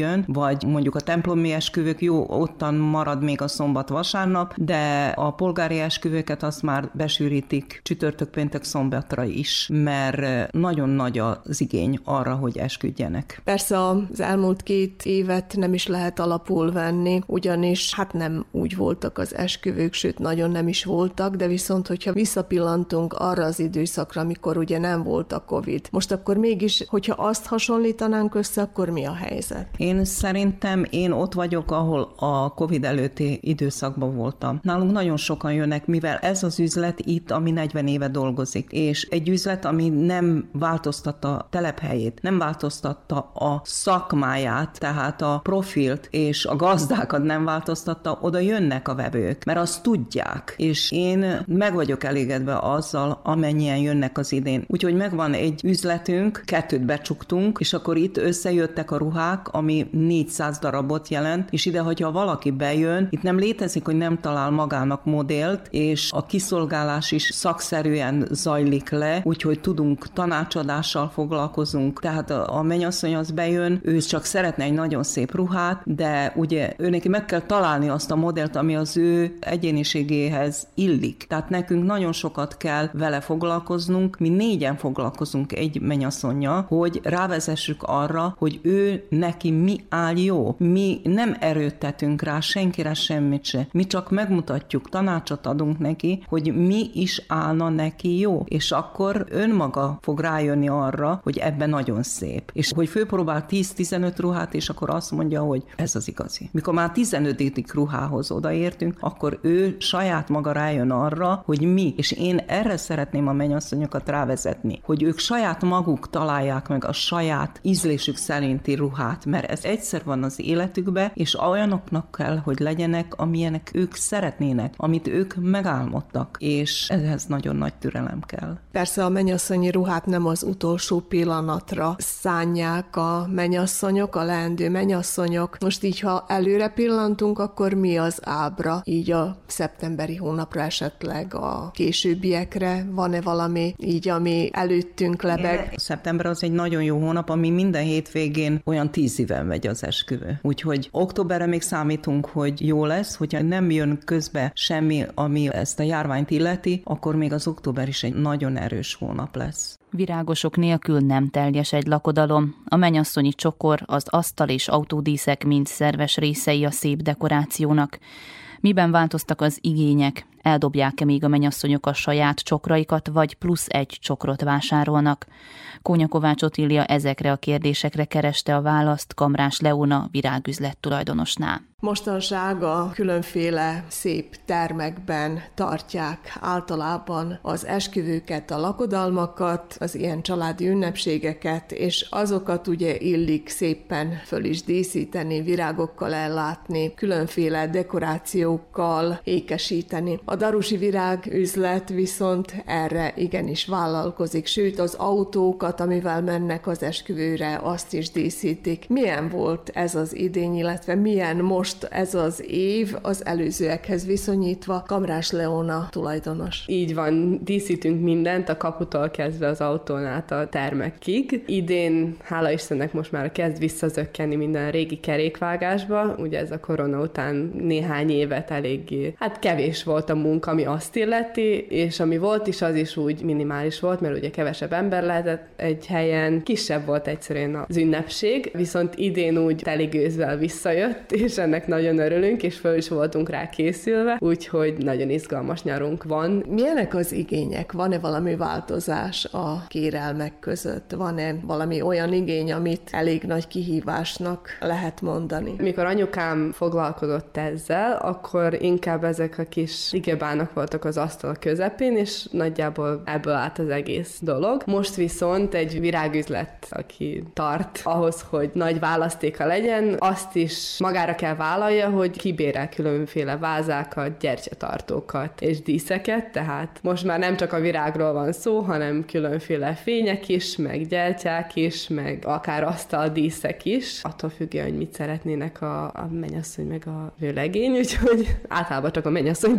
[SPEAKER 10] vagy mondjuk a templomi esküvők, jó, ottan marad még a szombat-vasárnap, de a polgári esküvőket azt már besűrítik csütörtök, péntek, szombatra is, mert nagyon nagy az igény arra, hogy esküdjenek.
[SPEAKER 7] Persze az elmúlt két évet nem is lehet alapul venni, ugyanis hát nem úgy voltak az esküvők, sőt nagyon nem is voltak, de viszont, hogyha visszapillantunk arra az időszakra, amikor ugye nem volt a Covid. Most akkor mégis, hogyha azt hasonlítanánk össze, akkor mi a helyzet?
[SPEAKER 10] Én szerintem én ott vagyok, ahol a Covid előtti időszakban voltam. Nálunk nagyon sokan jönnek, mivel ez az üzlet itt, ami negyven éve dolgozik, és egy üzlet, ami nem változtatta telephelyét, nem változtatta a szakmáját, tehát a profilt és a gazdákat nem változtatta, oda jönnek a vevők, mert azt tudják, és én meg vagyok elégedve azzal, amennyien jönnek az idén. Úgyhogy megvan egy üzletünk, kettőt becsuktunk, és akkor itt összejöttek a ruhák, ami négyszáz darabot jelent, és ide, hogyha valaki bejön, itt nem létezik, hogy nem talál magának modellt, és a kiszolgálás is szakszerűen zajlik le, úgyhogy tudunk tanácsadással foglalkozunk. Tehát a, a mennyasszony az bejön, ő csak szeretne egy nagyon szép ruhát, de ugye ő neki meg kell találni azt a modellt, ami az ő egyéniségéhez illik. Tehát nekünk nagyon sokat kell vele foglalkoznunk, mi négyen foglalkozunk egy mennyasszonnyal, hogy rávezessük arra, hogy ő neki mi áll jó. Mi nem erőltetünk rá senkire semmit se. Mi csak megmutatjuk, tanácsot adunk neki, hogy mi is állna neki jó. És akkor önmaga fog rájönni arra, hogy ebben nagyon szép. És hogy főpróbál tíz-tizenöt ruhát, és akkor azt mondja, hogy ez az igazi. Mikor már tizenötödik ruhához odaértünk, akkor ő saját maga rájön arra, hogy mi, és én erre szeretném a mennyasszonyokat rávezetni, hogy ők saját maguk találják meg a saját ízlésük szerinti ruhát, mert ez egyszer van az életükbe, és olyanoknak kell, hogy legyenek, amilyenek ők szeretnének, amit ők megálmodtak, és ehhez nagyon nagy türelem kell.
[SPEAKER 7] Persze a mennyasszonyi ruhát nem az utolsó pillanatra szánják a mennyasszonyok, a leendő mennyasszonyok. Most így, ha előre pillantunk, akkor mi az ábra? Így a szeptemberi hónapra, esetleg a későbbiekre van-e valami így, ami előttünk lebeg?
[SPEAKER 10] A szeptember az egy nagyon jó hónap, ami minden hétvégén olyan tíz éven megy az esküvő. Úgyhogy októberre még számítunk, hogy jó lesz, hogyha nem jön közbe semmi, ami ezt a járványt illeti, akkor még az október is egy nagyon erős hónap lesz.
[SPEAKER 2] Virágosok nélkül nem teljes egy lakodalom. A mennyasszonyi csokor, az asztal és autódíszek mind szerves részei a szép dekorációnak. Miben változtak az igények? Eldobják-e még a mennyasszonyok a saját csokraikat, vagy plusz egy csokrot vásárolnak? Kónya Kovács Otília ezekre a kérdésekre kereste a választ Kamrás Leóna virágüzlet tulajdonosnál.
[SPEAKER 7] Mostanság a különféle szép termekben tartják általában az esküvőket, a lakodalmakat, az ilyen családi ünnepségeket, és azokat ugye illik szépen föl is díszíteni, virágokkal ellátni, különféle dekorációkkal ékesíteni. A darusi virágüzlet viszont erre igenis vállalkozik, sőt az autókat, amivel mennek az esküvőre, azt is díszítik. Milyen volt ez az idény, illetve milyen most ez az év az előzőekhez viszonyítva? Kamrás Leóna tulajdonos.
[SPEAKER 11] Így van, díszítünk mindent, a kaputól kezdve az autón át a termekig. Idén, hála Istennek, most már kezd visszazökkenni minden régi kerékvágásba, ugye ez a korona után néhány évet eléggé, hát kevés volt a munka, ami azt illeti, és ami volt is, az is úgy minimális volt, mert ugye kevesebb ember lehetett egy helyen, kisebb volt egyszerűen az ünnepség, viszont idén úgy teligőzvel visszajött, és ennek nagyon örülünk, és föl is voltunk rá készülve, úgyhogy nagyon izgalmas nyarunk van.
[SPEAKER 7] Milyenek az igények? Van-e valami változás a kérelmek között? Van-e valami olyan igény, amit elég nagy kihívásnak lehet mondani?
[SPEAKER 11] Mikor anyukám foglalkozott ezzel, akkor inkább ezek a kis igebának voltak az asztal közepén, és nagyjából ebből állt az egész dolog. Most viszont egy virágüzlet, aki tart ahhoz, hogy nagy választéka legyen, azt is magára kell vállalja, hogy kibérel különféle vázákat, gyertyatartókat és díszeket, tehát most már nem csak a virágról van szó, hanem különféle fények is, meg gyertyák is, meg akár asztaldíszek is, attól függően, hogy mit szeretnének a, a mennyasszony meg a vőlegény, úgyhogy általában csak a mennyasszonyt kérdezik,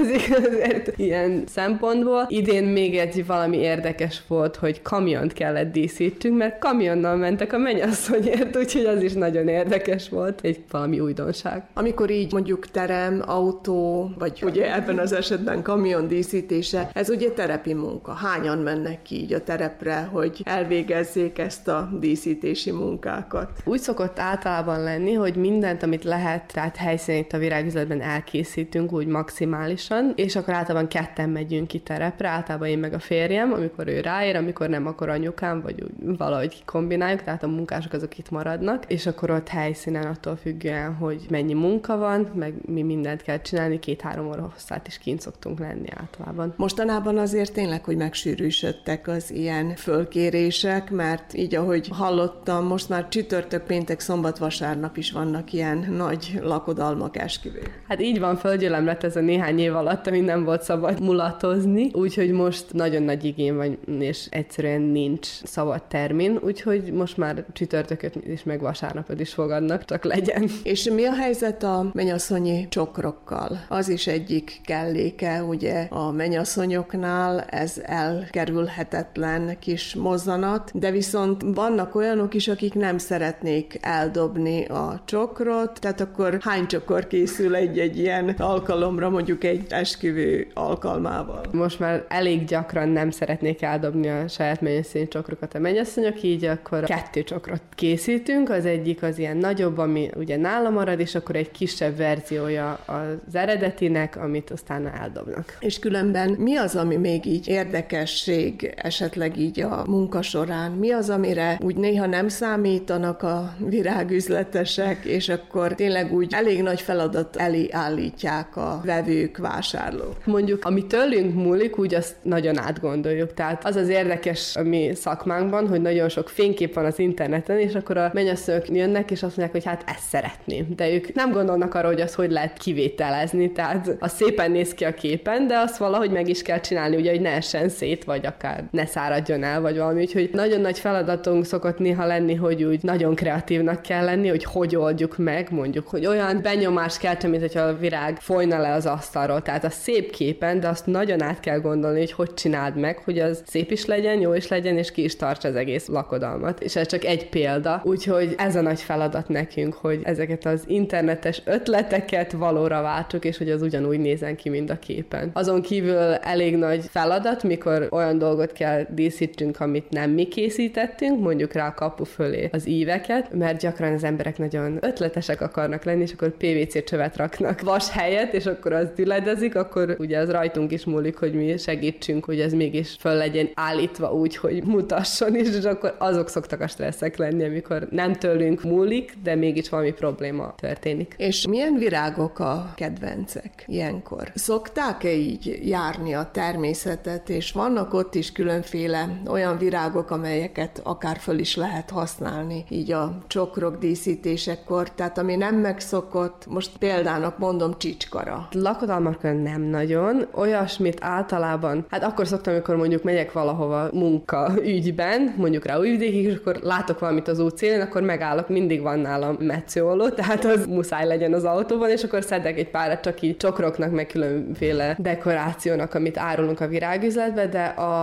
[SPEAKER 11] tartozik azért ilyen szempontból. Idén még egy valami érdekes volt, hogy kamiont kellett díszítsünk, mert kamionnal mentek a mennyasszonyért, úgyhogy az is nagyon érdekes volt, egy valami újdonság.
[SPEAKER 7] Amikor így mondjuk terem, autó, vagy ugye ebben az esetben kamion díszítése, ez ugye terepi munka. Hányan mennek ki így a terepre, hogy elvégezzék ezt a díszítési munkákat?
[SPEAKER 11] Úgy szokott általában lenni, hogy mindent, amit lehet, tehát helyszínen itt a virágüzletben elkészítünk úgy maximálisan, és akkor általában ketten megyünk ki terepre, általában én meg a férjem, amikor ő ráér, amikor nem, akkor anyukám, vagy úgy valahogy kombináljuk, tehát a munkások azok itt maradnak, és akkor ott helyszínen attól függően, hogy mennyi munka van, meg mi mindent kell csinálni, két-három óra hosszát is kint szoktunk lenni általában.
[SPEAKER 7] Mostanában azért tényleg, hogy megsűrűsödtek az ilyen fölkérések, mert így, ahogy hallottam, most már csütörtök, péntek, szombat, vasárnap is vannak ilyen nagy lakodalmak, esküvők.
[SPEAKER 11] Hát így van, földgyűlöm lett ez a néhány év alatt, ami nem volt szabad mulatozni, úgyhogy most nagyon nagy igény van, és egyszerűen nincs szabad termin, úgyhogy most már csütörtököt is, meg vasárnapot is fogadnak, csak legyen.
[SPEAKER 7] És mi a helyzet a mennyasszonyi csokrokkal? Az is egyik kelléke, ugye a mennyasszonyoknál, ez elkerülhetetlen kis mozzanat, de viszont vannak olyanok is, akik nem szeretnék eldobni a csokrot, tehát akkor hány csokor készül egy-egy ilyen alkalomra, mondjuk egy esküvő alkalmával?
[SPEAKER 11] Most már elég gyakran nem szeretnék eldobni a saját mennyasszonyi csokrokat a mennyasszonyok, így akkor kettő csokrot készítünk, az egyik az ilyen nagyobb, ami ugye nála marad, és akkor egy kisebb verziója az eredetinek, amit aztán eldobnak.
[SPEAKER 7] És különben mi az, ami még így érdekesség esetleg így a munka során? Mi az, amire úgy néha nem számítanak a virágüzletesek, és akkor tényleg úgy elég nagy feladat elé állítják a vevők, vásárlók?
[SPEAKER 11] Mondjuk, ami tőlünk múlik, úgy azt nagyon átgondoljuk. Tehát az az érdekes a mi szakmánkban, hogy nagyon sok fénykép van az interneten, és akkor a mennyasszonyok jönnek, és azt mondják, hogy hát ezt szeretném. De ők nem gondolnak arra, hogy azt hogy lehet kivételezni. Tehát az szépen néz ki a képen, de azt valahogy meg is kell csinálni, ugye, hogy ne essen szét, vagy akár ne száradjon el, vagy valami. Úgyhogy nagyon nagy feladatunk szokott néha lenni, hogy úgy nagyon kreatívnak kell lenni, hogy hogy oldjuk meg, mondjuk, hogy olyan benyomás kell, mint hogyha a virág folyna le az asztalról. Tehát a szép képen, de azt nagyon át kell gondolni, hogy hogy csináld meg, hogy az szép is legyen, jó is legyen, és ki is tartsa az egész lakodalmat. És ez csak egy példa. Úgyhogy ez a nagy feladat nekünk, hogy ezeket az internetes ötleteket valóra váltsuk, és hogy az ugyanúgy nézzen ki, mint a képen. Azon kívül elég nagy feladat, mikor olyan dolgot kell díszítsünk, amit nem mi készítettünk, mondjuk rá a kapu fölé az íveket, mert gyakran az emberek nagyon ötletesek akarnak lenni, és akkor pé vé cé csövet raknak vas helyett, és akkor az düledezik, akkor ugye az rajtunk is múlik, hogy mi segítsünk, hogy ez mégis föl legyen állítva úgy, hogy mutasson is, és akkor azok szoktak a stresszek lenni, amikor nem tőlünk múlik, de mégis valami probléma történik.
[SPEAKER 7] És milyen virágok a kedvencek ilyenkor? Szokták-e így járni a természetet, és vannak ott is különféle olyan virágok, amelyeket akár föl is lehet használni, így a csokrok díszítésekor, tehát ami nem megszokott, most példának mondom csicskara.
[SPEAKER 11] Lakodalmakon nem nagyon, olyasmit általában, hát akkor szoktam, amikor mondjuk megyek valahova munka ügyben, mondjuk rá Újvidékig, és akkor látok valamit az útszélén, akkor megállok, mindig van nálam metszőolló, tehát az muszáj legyen az autóban, és akkor szedek egy párat csak így csokroknak, meg különféle dekorációnak, amit árulunk a virágüzletbe, de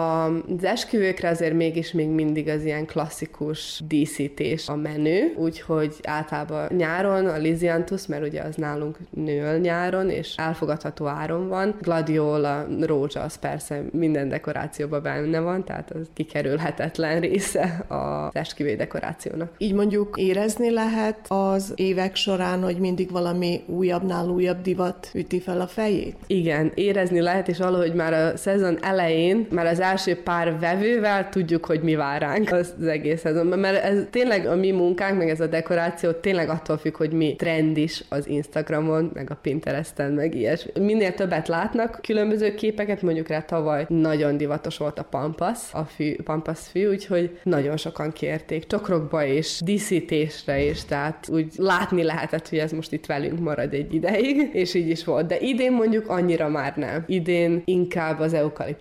[SPEAKER 11] az esküvőkre azért mégis még mindig az ilyen klasszikus díszítés a menő, úgyhogy általában nyáron a Lysianthus, mert ugye az nálunk nő nyáron, és elfogadható áron van. Gladiola, rózsa, az persze minden dekorációban benne van, tehát az kikerülhetetlen része az esküvő dekorációnak.
[SPEAKER 7] Így mondjuk érezni lehet az évek során, hogy mindig valami újabbnál újabb divat üti fel a fejét?
[SPEAKER 11] Igen, érezni lehet, és valahogy már a szezon elején, már az első pár vevővel tudjuk, hogy mi vár ránk az, az egész szezonban, mert ez tényleg a mi munkánk, meg ez a dekoráció tényleg attól függ, hogy mi trend is az Instagramon, meg a Pinteresten, meg ilyesmi. Minél többet látnak különböző képeket, mondjuk rá tavaly nagyon divatos volt a pampasz, a fű, pampasz fű, úgyhogy nagyon sokan kérték, csokrokba és díszítésre is, tehát úgy látni lehetett, hogy ez most itt velünk marad egy ideig, és így is volt. De idén mondjuk annyira már nem. Idén inkább az eukaliptuszt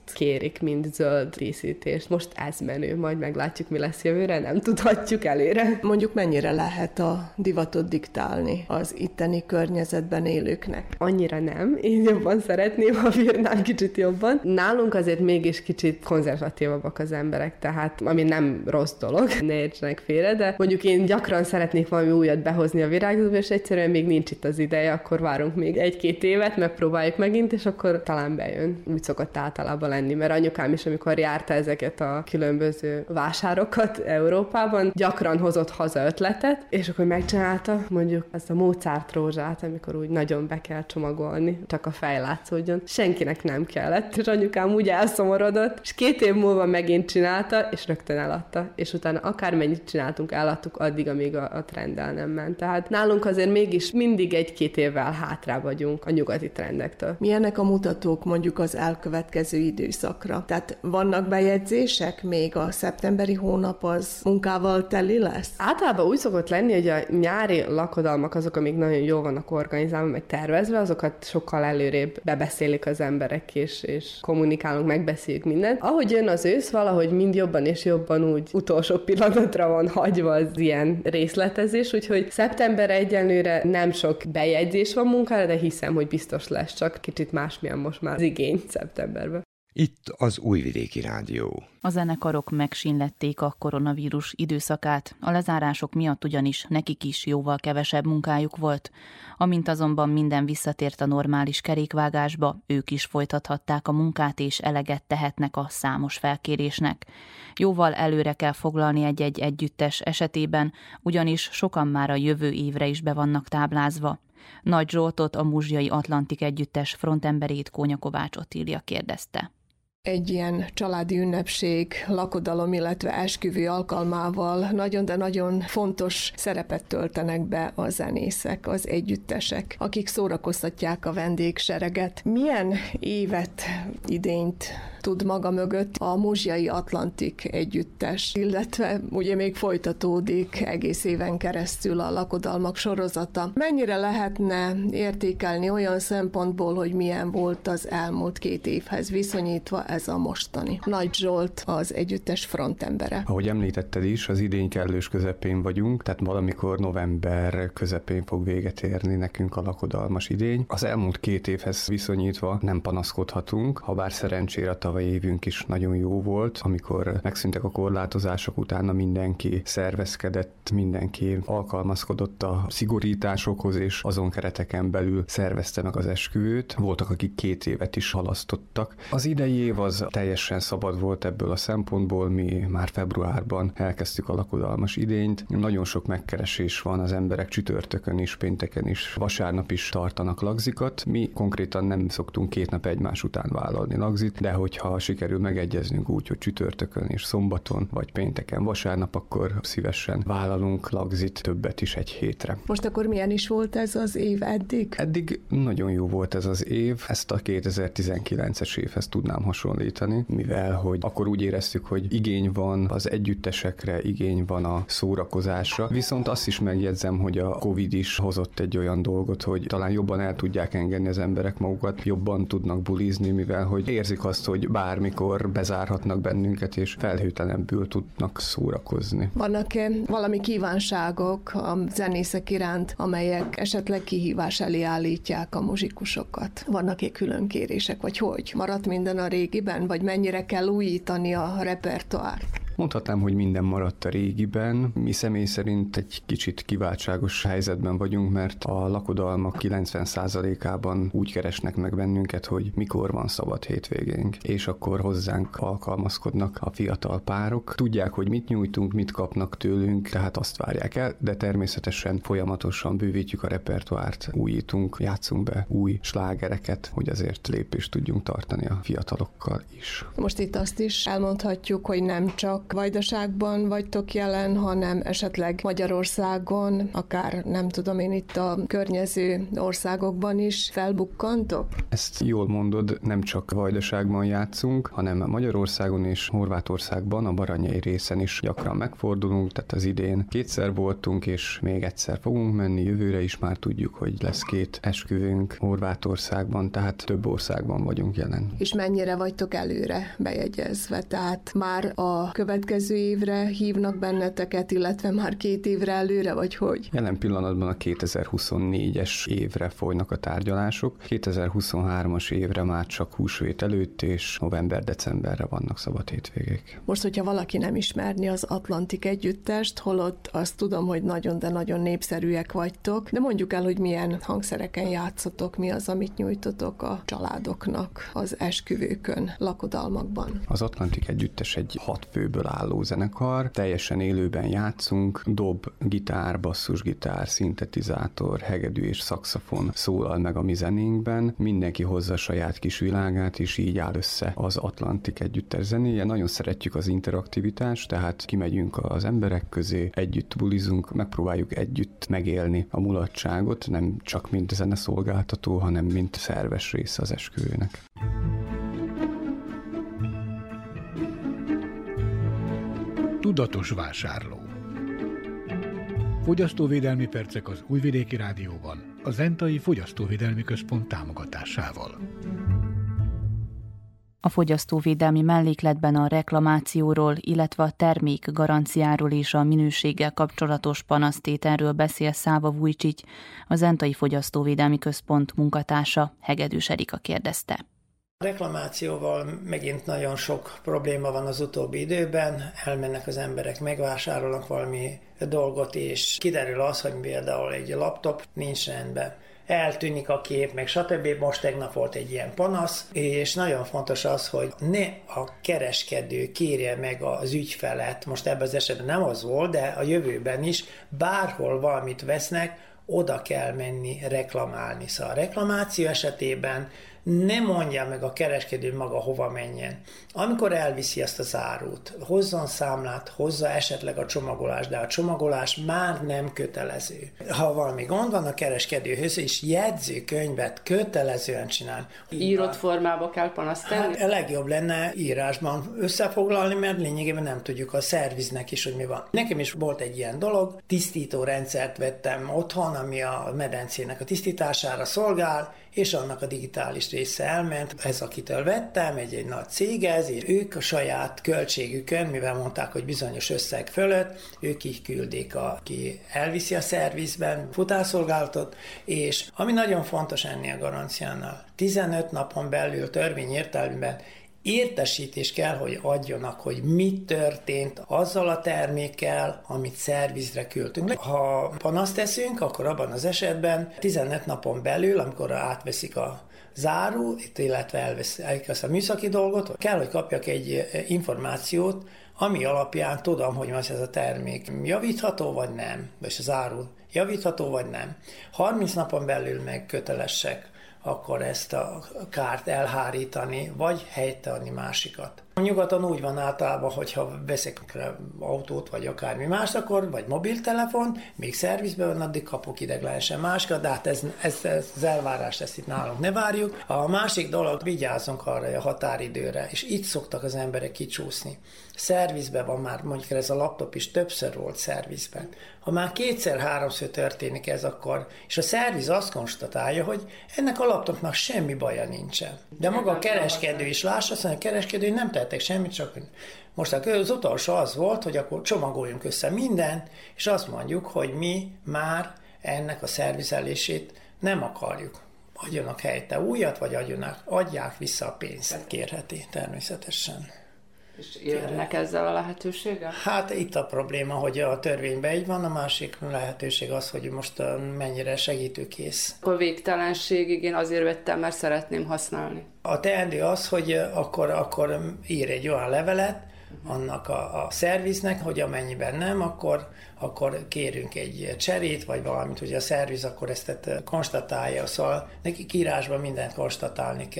[SPEAKER 11] kérik, mint zöld díszítést. Most ez menő, majd meglátjuk, mi lesz jövőre, nem tudhatjuk előre.
[SPEAKER 7] Mondjuk mennyire lehet a divatot diktálni az itteni környezetben élőknek?
[SPEAKER 11] Annyira nem. Én jobban szeretném, ha bírnám kicsit jobban. Nálunk azért mégis kicsit konzervatívabbak az emberek, tehát ami nem rossz dolog, ne értsenek félre, de mondjuk én gyakran szeretnék valami újat behozni a virágzóba, és egyszerűen még nincs itt az ideje, akkor várunk még egy-két évet, megpróbáljuk megint, és akkor talán bejön. Úgy szokott általában lenni, mert anyukám is, amikor járta ezeket a különböző vásárokat Európában, gyakran hozott haza ötletet, és akkor megcsinálta mondjuk ezt a Mozart rózsát, amikor úgy nagyon be kell csomagolni, csak a fej látszódjon. Senkinek nem kellett, és anyukám úgy elszomorodott, és két év múlva megint csinálta, és rögtön eladta, és utána akármennyit csináltunk, eladtuk addig, amíg a, a trenddel nem ment. Tehát nálunk azért mégis mindig egy-két évvel hátrá vagyunk a nyugati trendektől.
[SPEAKER 7] Milyenek a mutatók mondjuk az elkövetkező időszakra? Tehát vannak bejegyzések, még a szeptemberi hónap az munkával teli lesz?
[SPEAKER 11] Általában úgy szokott lenni, hogy a nyári lakodalmak azok, amik nagyon jól vannak organizálva, meg tervezve, azokat sokkal előrébb bebeszélik az emberek, és, és kommunikálunk, megbeszéljük mindent. Ahogy jön az ősz, valahogy mind jobban és jobban úgy utolsó pillanatra van hagyva az ilyen részletezés, úgyhogy szeptemberre egyenlőre nem sok bejegyzés van munkára, de hiszem, hogy biztos lesz, csak kicsit másmilyen most már az igény szeptemberben.
[SPEAKER 1] Itt az Újvidéki Rádió.
[SPEAKER 2] A zenekarok megsínlették a koronavírus időszakát, a lezárások miatt ugyanis nekik is jóval kevesebb munkájuk volt. Amint azonban minden visszatért a normális kerékvágásba, ők is folytathatták a munkát és eleget tehetnek a számos felkérésnek. Jóval előre kell foglalni egy-egy együttes esetében, ugyanis sokan már a jövő évre is be vannak táblázva. Nagy Zsoltot, a Muzsiai Atlantik Együttes frontemberét, Kónya Kovács Ottília kérdezte.
[SPEAKER 7] Egy ilyen családi ünnepség, lakodalom, illetve esküvő alkalmával nagyon, de nagyon fontos szerepet töltenek be a zenészek, az együttesek, akik szórakoztatják a vendégsereget. Milyen évet, idényt tud maga mögött a Muzsiai Atlantik Együttes, illetve ugye még folytatódik egész éven keresztül a lakodalmak sorozata. Mennyire lehetne értékelni olyan szempontból, hogy milyen volt az elmúlt két évhez viszonyítva ez a mostani? Nagy Zsolt, az együttes frontembere.
[SPEAKER 12] Ahogy említetted is, az idény kellős közepén vagyunk, tehát valamikor november közepén fog véget érni nekünk a lakodalmas idény. Az elmúlt két évhez viszonyítva nem panaszkodhatunk, ha bár szerencsére a tavalyi évünk is nagyon jó volt, amikor megszűntek a korlátozások, utána mindenki szervezkedett, mindenki alkalmazkodott a szigorításokhoz, és azon kereteken belül szervezte meg az esküvőt. Voltak, akik két évet is halasztottak. Az idei év az teljesen szabad volt ebből a szempontból, mi már februárban elkezdtük a lakodalmas idényt. Nagyon sok megkeresés van, az emberek csütörtökön is, pénteken is, vasárnap is tartanak lagzikat. Mi konkrétan nem szoktunk két nap egymás után vállalni lagzit, de hogyha sikerül megegyeznünk úgy, hogy csütörtökön és szombaton, vagy pénteken, vasárnap, akkor szívesen vállalunk lagzit, többet is egy hétre.
[SPEAKER 7] Most akkor milyen is volt ez az év eddig?
[SPEAKER 12] Eddig nagyon jó volt ez az év, ezt a kétezer-tizenkilences évhez tudnám hasonlítani, mivel hogy akkor úgy éreztük, hogy igény van az együttesekre, igény van a szórakozásra, viszont azt is megjegyzem, hogy a Covid is hozott egy olyan dolgot, hogy talán jobban el tudják engedni az emberek magukat, jobban tudnak bulizni, mivel hogy érzik azt, hogy bármikor bezárhatnak bennünket, és felhőtlenül tudnak szórakozni.
[SPEAKER 7] Vannak-e valami kívánságok a zenészek iránt, amelyek esetleg kihívás elé állítják a muzsikusokat? Vannak-e külön kérések, vagy hogy? Maradt minden a régiben, vagy mennyire kell újítani a repertoárt?
[SPEAKER 12] Mondhatnám, hogy minden maradt a régiben. Mi személy szerint egy kicsit kiváltságos helyzetben vagyunk, mert a lakodalmak kilencven százalékában úgy keresnek meg bennünket, hogy mikor van szabad hétvégénk, és akkor hozzánk alkalmazkodnak a fiatal párok. Tudják, hogy mit nyújtunk, mit kapnak tőlünk, tehát azt várják el, de természetesen folyamatosan bővítjük a repertoárt, újítunk, játszunk be új slágereket, hogy azért lépést tudjunk tartani a fiatalokkal is.
[SPEAKER 7] Most itt azt is elmondhatjuk, hogy nem csak csak Vajdaságban vagytok jelen, hanem esetleg Magyarországon, akár nem tudom én itt a környező országokban is felbukkantok?
[SPEAKER 12] Ezt jól mondod, nem csak Vajdaságban játszunk, hanem Magyarországon és Horvátországban, a baranyai részen is gyakran megfordulunk, tehát az idén kétszer voltunk, és még egyszer fogunk menni, jövőre is már tudjuk, hogy lesz két esküvőnk Horvátországban, tehát több országban vagyunk jelen.
[SPEAKER 7] És mennyire vagytok előre bejegyezve? Tehát már a következő évre hívnak benneteket, illetve már két évre előre, vagy hogy?
[SPEAKER 12] Jelen pillanatban a kétezer-huszonnégyes évre folynak a tárgyalások. kétezer-huszonhármas évre már csak húsvét előtt, és november-decemberre vannak szabad hétvégék.
[SPEAKER 7] Most, hogyha valaki nem ismerni az Atlantik Együttest, holott azt tudom, hogy nagyon, de nagyon népszerűek vagytok, de mondjuk el, hogy milyen hangszereken játszotok, mi az, amit nyújtotok a családoknak az esküvőkön, lakodalmakban.
[SPEAKER 12] Az Atlantik Együttes egy hat főből álló zenekar, teljesen élőben játszunk, dob, gitár, basszusgitár, szintetizátor, hegedű és szaxofon szólal meg a mi zenénkben, mindenki hozza a saját kis világát, és így áll össze az Atlantik Együttes zenéje. Nagyon szeretjük az interaktivitást, tehát kimegyünk az emberek közé, együtt bulizunk, megpróbáljuk együtt megélni a mulatságot, nem csak mint zeneszolgáltató, hanem mint szerves része az esküvőnek.
[SPEAKER 9] Tudatos vásárló. Fogyasztóvédelmi percek az Újvidéki Rádióban, a Zentai Fogyasztóvédelmi Központ támogatásával.
[SPEAKER 2] A fogyasztóvédelmi mellékletben a reklamációról, illetve a termék garanciáról és a minőséggel kapcsolatos panasztételről beszél Száva Vujcsics, a Zentai Fogyasztóvédelmi Központ munkatársa. Hegedűs Erika kérdezte.
[SPEAKER 13] A reklamációval megint nagyon sok probléma van az utóbbi időben, elmennek az emberek, megvásárolnak valami dolgot, és kiderül az, hogy például egy laptop nincs rendben. Eltűnik a kép, meg stb. Most tegnap volt egy ilyen panasz, és nagyon fontos az, hogy ne a kereskedő kérje meg az ügyfelet, most ebben az esetben nem az volt, de a jövőben is, bárhol valamit vesznek, oda kell menni reklamálni. Szóval a reklamáció esetében ne mondja meg a kereskedő maga hova menjen. Amikor elviszi ezt az árut, hozzon számlát, hozza esetleg a csomagolást, de a csomagolás már nem kötelező. Ha valami gond van a kereskedőhöz, és jegyzőkönyvet kötelezően csinál.
[SPEAKER 11] Írott formába kell panaszt tenni?
[SPEAKER 13] Hát a legjobb lenne írásban összefoglalni, mert lényegében nem tudjuk a szerviznek is, hogy mi van. Nekem is volt egy ilyen dolog, tisztító rendszert vettem otthon, ami a medencének a tisztítására szolgál, és annak a digitális része elment. Ez, akitől vettem, egy, egy nagy cég ez, és ők a saját költségükön, mivel mondták, hogy bizonyos összeg fölött, ők így küldik, aki elviszi a szervizben futárszolgálatot, és ami nagyon fontos ennél a garanciánál, tizenöt napon belül törvény értelmében értesítést kell, hogy adjanak, hogy mi történt azzal a termékkel, amit szervizre küldtünk. Ha panaszt teszünk, akkor abban az esetben tizenöt napon belül, amikor átveszik a záru, illetve elveszik azt a műszaki dolgot, kell, hogy kapjak egy információt, ami alapján tudom, hogy most ez a termék javítható, vagy nem, és az áru javítható, vagy nem. harminc napon belül meg kötelesek akkor ezt a kárt elhárítani, vagy helyteadni másikat. Nyugaton úgy van általában, hogyha veszek autót, vagy akármi más, akkor, vagy mobiltelefon, még szervizben van, addig kapok ideglenesen másikat, de hát ez, ez, ez az elvárást, ezt itt nálunk ne várjuk. A másik dolog, vigyázzunk arra a határidőre, és itt szoktak az emberek kicsúszni. Szervizben van már, mondjuk ez a laptop is többször volt szervizben. Ha már kétszer-háromszor történik ez, akkor, és a szerviz azt konstatálja, hogy ennek a laptopnak semmi baja nincsen. De maga a kereskedő is lássa, azt mondja, a kereskedő nem tehetek semmit, csak most az utolsó az volt, hogy akkor csomagoljunk össze mindent, és azt mondjuk, hogy mi már ennek a szervizelését nem akarjuk. Adjanak helyette újat, vagy adjanak, adják vissza a pénzt. Kérheti természetesen.
[SPEAKER 11] És élnek ezzel a lehetőséggel?
[SPEAKER 13] Hát itt a probléma, hogy a törvényben így van, a másik lehetőség az, hogy most mennyire segítőkész.
[SPEAKER 11] A végtelenségig én azért vettem, mert szeretném használni.
[SPEAKER 13] A teendő az, hogy akkor, akkor ír egy olyan levelet annak a, a szerviznek, hogy amennyiben nem, akkor, akkor kérünk egy cserét, vagy valamit, hogy a szerviz akkor ezt konstatálja, szóval nekik írásban mindent konstatálni kell.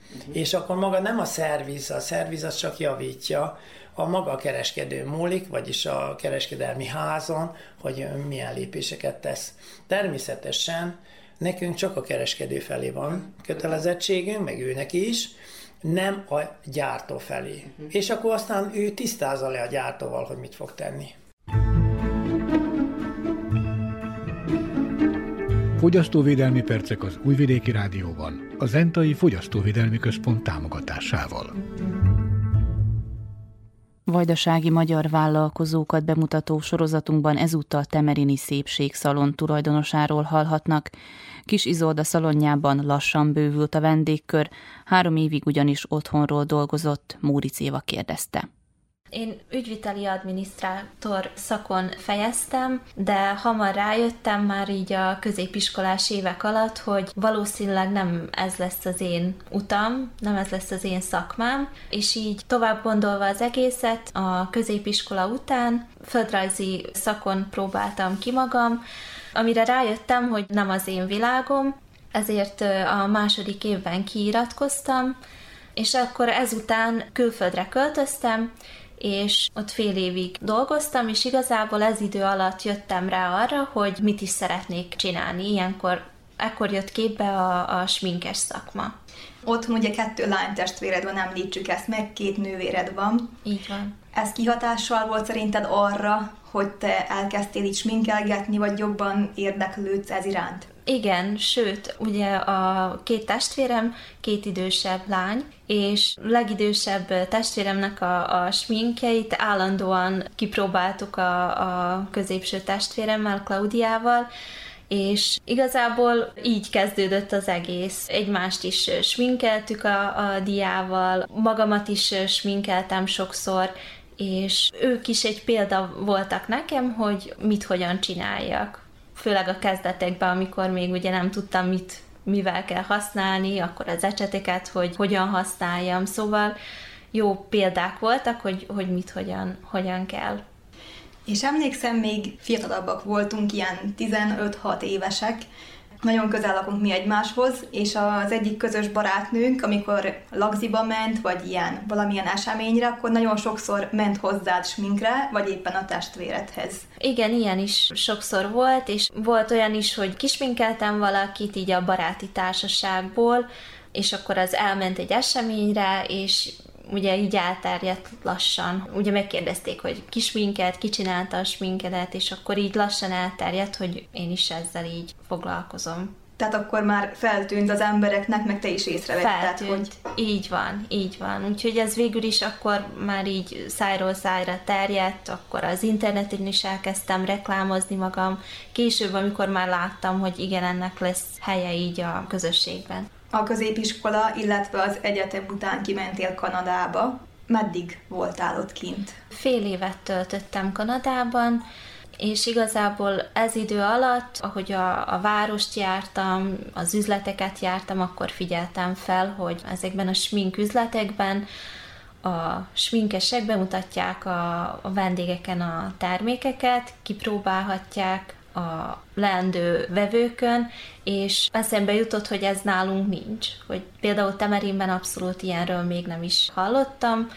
[SPEAKER 13] Uh-huh. És akkor maga nem a szerviz, a szerviz az csak javítja, a maga a kereskedő múlik, vagyis a kereskedelmi házon, hogy milyen lépéseket tesz. Természetesen nekünk csak a kereskedő felé van kötelezettségünk, meg őnek is, nem a gyártó felé. Uh-huh. És akkor aztán ő tisztázza le a gyártóval, hogy mit fog tenni.
[SPEAKER 9] Fogyasztóvédelmi percek az Újvidéki Rádióban, a Zentai Fogyasztóvédelmi Központ támogatásával.
[SPEAKER 2] Vajdasági magyar vállalkozókat bemutató sorozatunkban ezúttal Temerini Szépségszalon tulajdonosáról hallhatnak. Kis Izolda szalonjában lassan bővült a vendégkör, három évig ugyanis otthonról dolgozott, Móric Éva kérdezte.
[SPEAKER 14] Én ügyviteli adminisztrátor szakon fejeztem, de hamar rájöttem már így a középiskolás évek alatt, hogy valószínűleg nem ez lesz az én utam, nem ez lesz az én szakmám, és így tovább gondolva az egészet, a középiskola után földrajzi szakon próbáltam ki magam, amire rájöttem, hogy nem az én világom, ezért a második évben kiiratkoztam, és akkor ezután külföldre költöztem, és ott fél évig dolgoztam, és igazából ez idő alatt jöttem rá arra, hogy mit is szeretnék csinálni. Ilyenkor, ekkor jött képbe a, a sminkes szakma.
[SPEAKER 15] Otthon ugye kettő lánytestvéred van, említsük ezt meg, két nővéred van.
[SPEAKER 14] Így van.
[SPEAKER 15] Ez kihatással volt szerinted arra, hogy te elkezdtél így sminkelgetni, vagy jobban érdeklődsz ez iránt?
[SPEAKER 14] Igen, sőt, ugye a két testvérem, két idősebb lány, és legidősebb testvéremnek a, a sminkjeit állandóan kipróbáltuk a, a középső testvéremmel, Klaudiával, és igazából így kezdődött az egész. Egymást is sminkeltük a, a diával, magamat is sminkeltem sokszor, és ők is egy példa voltak nekem, hogy mit hogyan csináljak. Főleg a kezdetekben, amikor még ugye nem tudtam, mit, mivel kell használni, akkor az ecseteket, hogy hogyan használjam. Szóval jó példák voltak, hogy, hogy mit hogyan, hogyan kell.
[SPEAKER 15] És emlékszem, még fiatalabbak voltunk, ilyen tizenöt-hat évesek, nagyon közel lakunk mi egymáshoz, és az egyik közös barátnőnk, amikor lagziba ment, vagy ilyen valamilyen eseményre, akkor nagyon sokszor ment hozzád sminkre, vagy éppen a testvéredhez.
[SPEAKER 14] Igen, ilyen is sokszor volt, és volt olyan is, hogy kisminkeltem valakit így a baráti társaságból, és akkor az elment egy eseményre, és ugye így elterjedt lassan. Ugye megkérdezték, hogy ki sminkelt, ki csinálta a sminkedet, és akkor így lassan elterjedt, hogy én is ezzel így foglalkozom.
[SPEAKER 15] Tehát akkor már feltűnt az embereknek, meg te is észrevetted,
[SPEAKER 14] feltűnt.
[SPEAKER 15] Hogy...
[SPEAKER 14] Így van, így van. Úgyhogy ez végül is akkor már így szájról szájra terjedt, akkor az interneten is elkezdtem reklámozni magam. Később, amikor már láttam, hogy igen, ennek lesz helye így a közösségben.
[SPEAKER 15] A középiskola, illetve az egyetem után kimentél Kanadába. Meddig voltál ott kint?
[SPEAKER 14] Fél évet töltöttem Kanadában, és igazából ez idő alatt, ahogy a, a várost jártam, az üzleteket jártam, akkor figyeltem fel, hogy ezekben a smink üzletekben a sminkesek bemutatják a, a vendégeken a termékeket, kipróbálhatják a leendő vevőkön, és eszembe jutott, hogy ez nálunk nincs. Hogy például Temerinben abszolút ilyenről még nem is hallottam,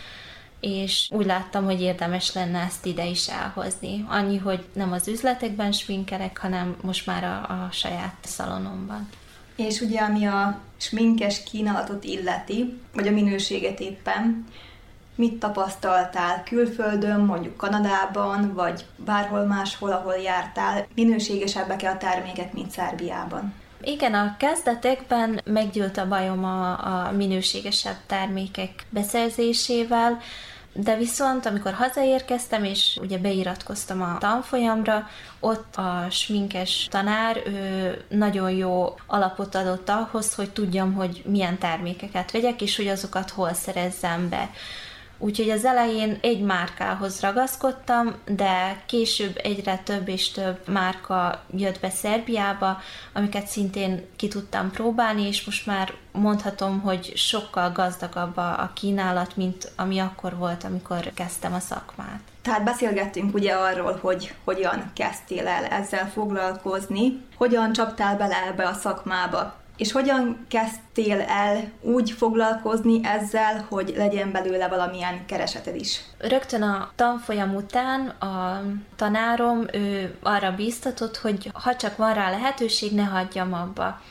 [SPEAKER 14] és úgy láttam, hogy érdemes lenne ezt ide is elhozni. Annyi, hogy nem az üzletekben sminkelek, hanem most már a, a saját szalonomban.
[SPEAKER 15] És ugye, ami a sminkes kínálatot illeti, vagy a minőséget éppen, mit tapasztaltál külföldön, mondjuk Kanadában, vagy bárhol máshol, ahol jártál? Minőségesebbek-e a termékek, mint Szerbiában?
[SPEAKER 14] Igen, a kezdetekben meggyűlt a bajom a, a minőségesebb termékek beszerzésével, de viszont amikor hazaérkeztem, és ugye beiratkoztam a tanfolyamra, ott a sminkes tanár, ő nagyon jó alapot adott ahhoz, hogy tudjam, hogy milyen termékeket vegyek, és hogy azokat hol szerezzem be. Úgyhogy az elején egy márkához ragaszkodtam, de később egyre több és több márka jött be Szerbiába, amiket szintén ki tudtam próbálni, és most már mondhatom, hogy sokkal gazdagabb a kínálat, mint ami akkor volt, amikor kezdtem a szakmát.
[SPEAKER 15] Tehát beszélgettünk ugye arról, hogy hogyan kezdtél el ezzel foglalkozni, hogyan csaptál bele ebbe a szakmába. És hogyan kezdtél el úgy foglalkozni ezzel, hogy legyen belőle valamilyen kereseted is?
[SPEAKER 14] Rögtön a tanfolyam után a tanárom ő arra bíztatott, hogy ha csak van rá lehetőség, ne hagyjam abba.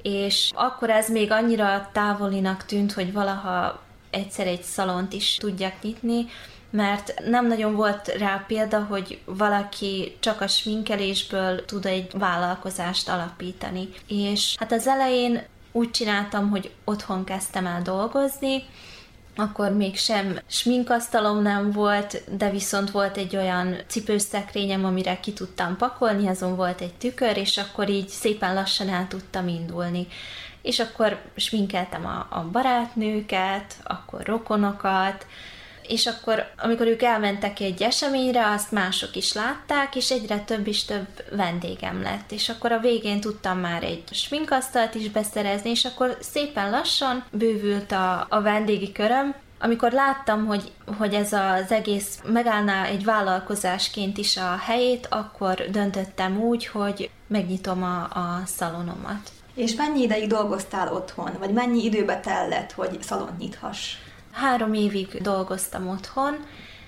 [SPEAKER 14] És akkor ez még annyira távolinak tűnt, hogy valaha egyszer egy szalont is tudjak nyitni, mert nem nagyon volt rá példa, hogy valaki csak a sminkelésből tud egy vállalkozást alapítani. És hát az elején úgy csináltam, hogy otthon kezdtem el dolgozni, akkor még sem sminkasztalom nem volt, de viszont volt egy olyan cipőszekrényem, amire ki tudtam pakolni, azon volt egy tükör, és akkor így szépen lassan el tudtam indulni. És akkor sminkeltem a, a barátnőket, akkor rokonokat, és akkor, amikor ők elmentek egy eseményre, azt mások is látták, és egyre több és több vendégem lett. És akkor a végén tudtam már egy sminkasztalt is beszerezni, és akkor szépen lassan bővült a, a vendégi köröm. Amikor láttam, hogy, hogy ez az egész megállná egy vállalkozásként is a helyét, akkor döntöttem úgy, hogy megnyitom a, a szalonomat.
[SPEAKER 15] És mennyi ideig dolgoztál otthon, vagy mennyi időbe tellett, hogy szalont nyithass?
[SPEAKER 14] Három évig dolgoztam otthon,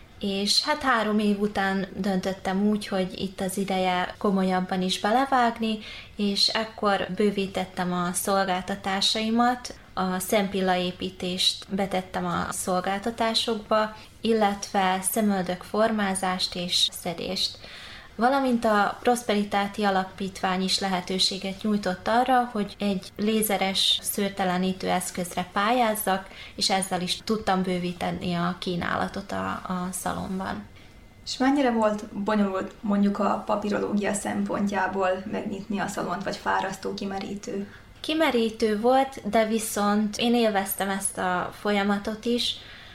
[SPEAKER 14] és hát három év után döntöttem úgy, hogy itt az ideje komolyabban is belevágni, és ekkor bővítettem a szolgáltatásaimat, a szempillaépítést betettem a szolgáltatásokba, illetve szemöldök formázást és szedést. Valamint a Prosperitáti Alapítvány is lehetőséget nyújtott arra, hogy egy lézeres szőrtelenítő eszközre pályázzak, és ezzel is tudtam bővíteni a kínálatot a, a szalonban.
[SPEAKER 15] És mennyire volt bonyolult mondjuk a papírológia szempontjából megnyitni a szalont, vagy fárasztó, kimerítő?
[SPEAKER 14] Kimerítő volt, de viszont én élveztem ezt a folyamatot is.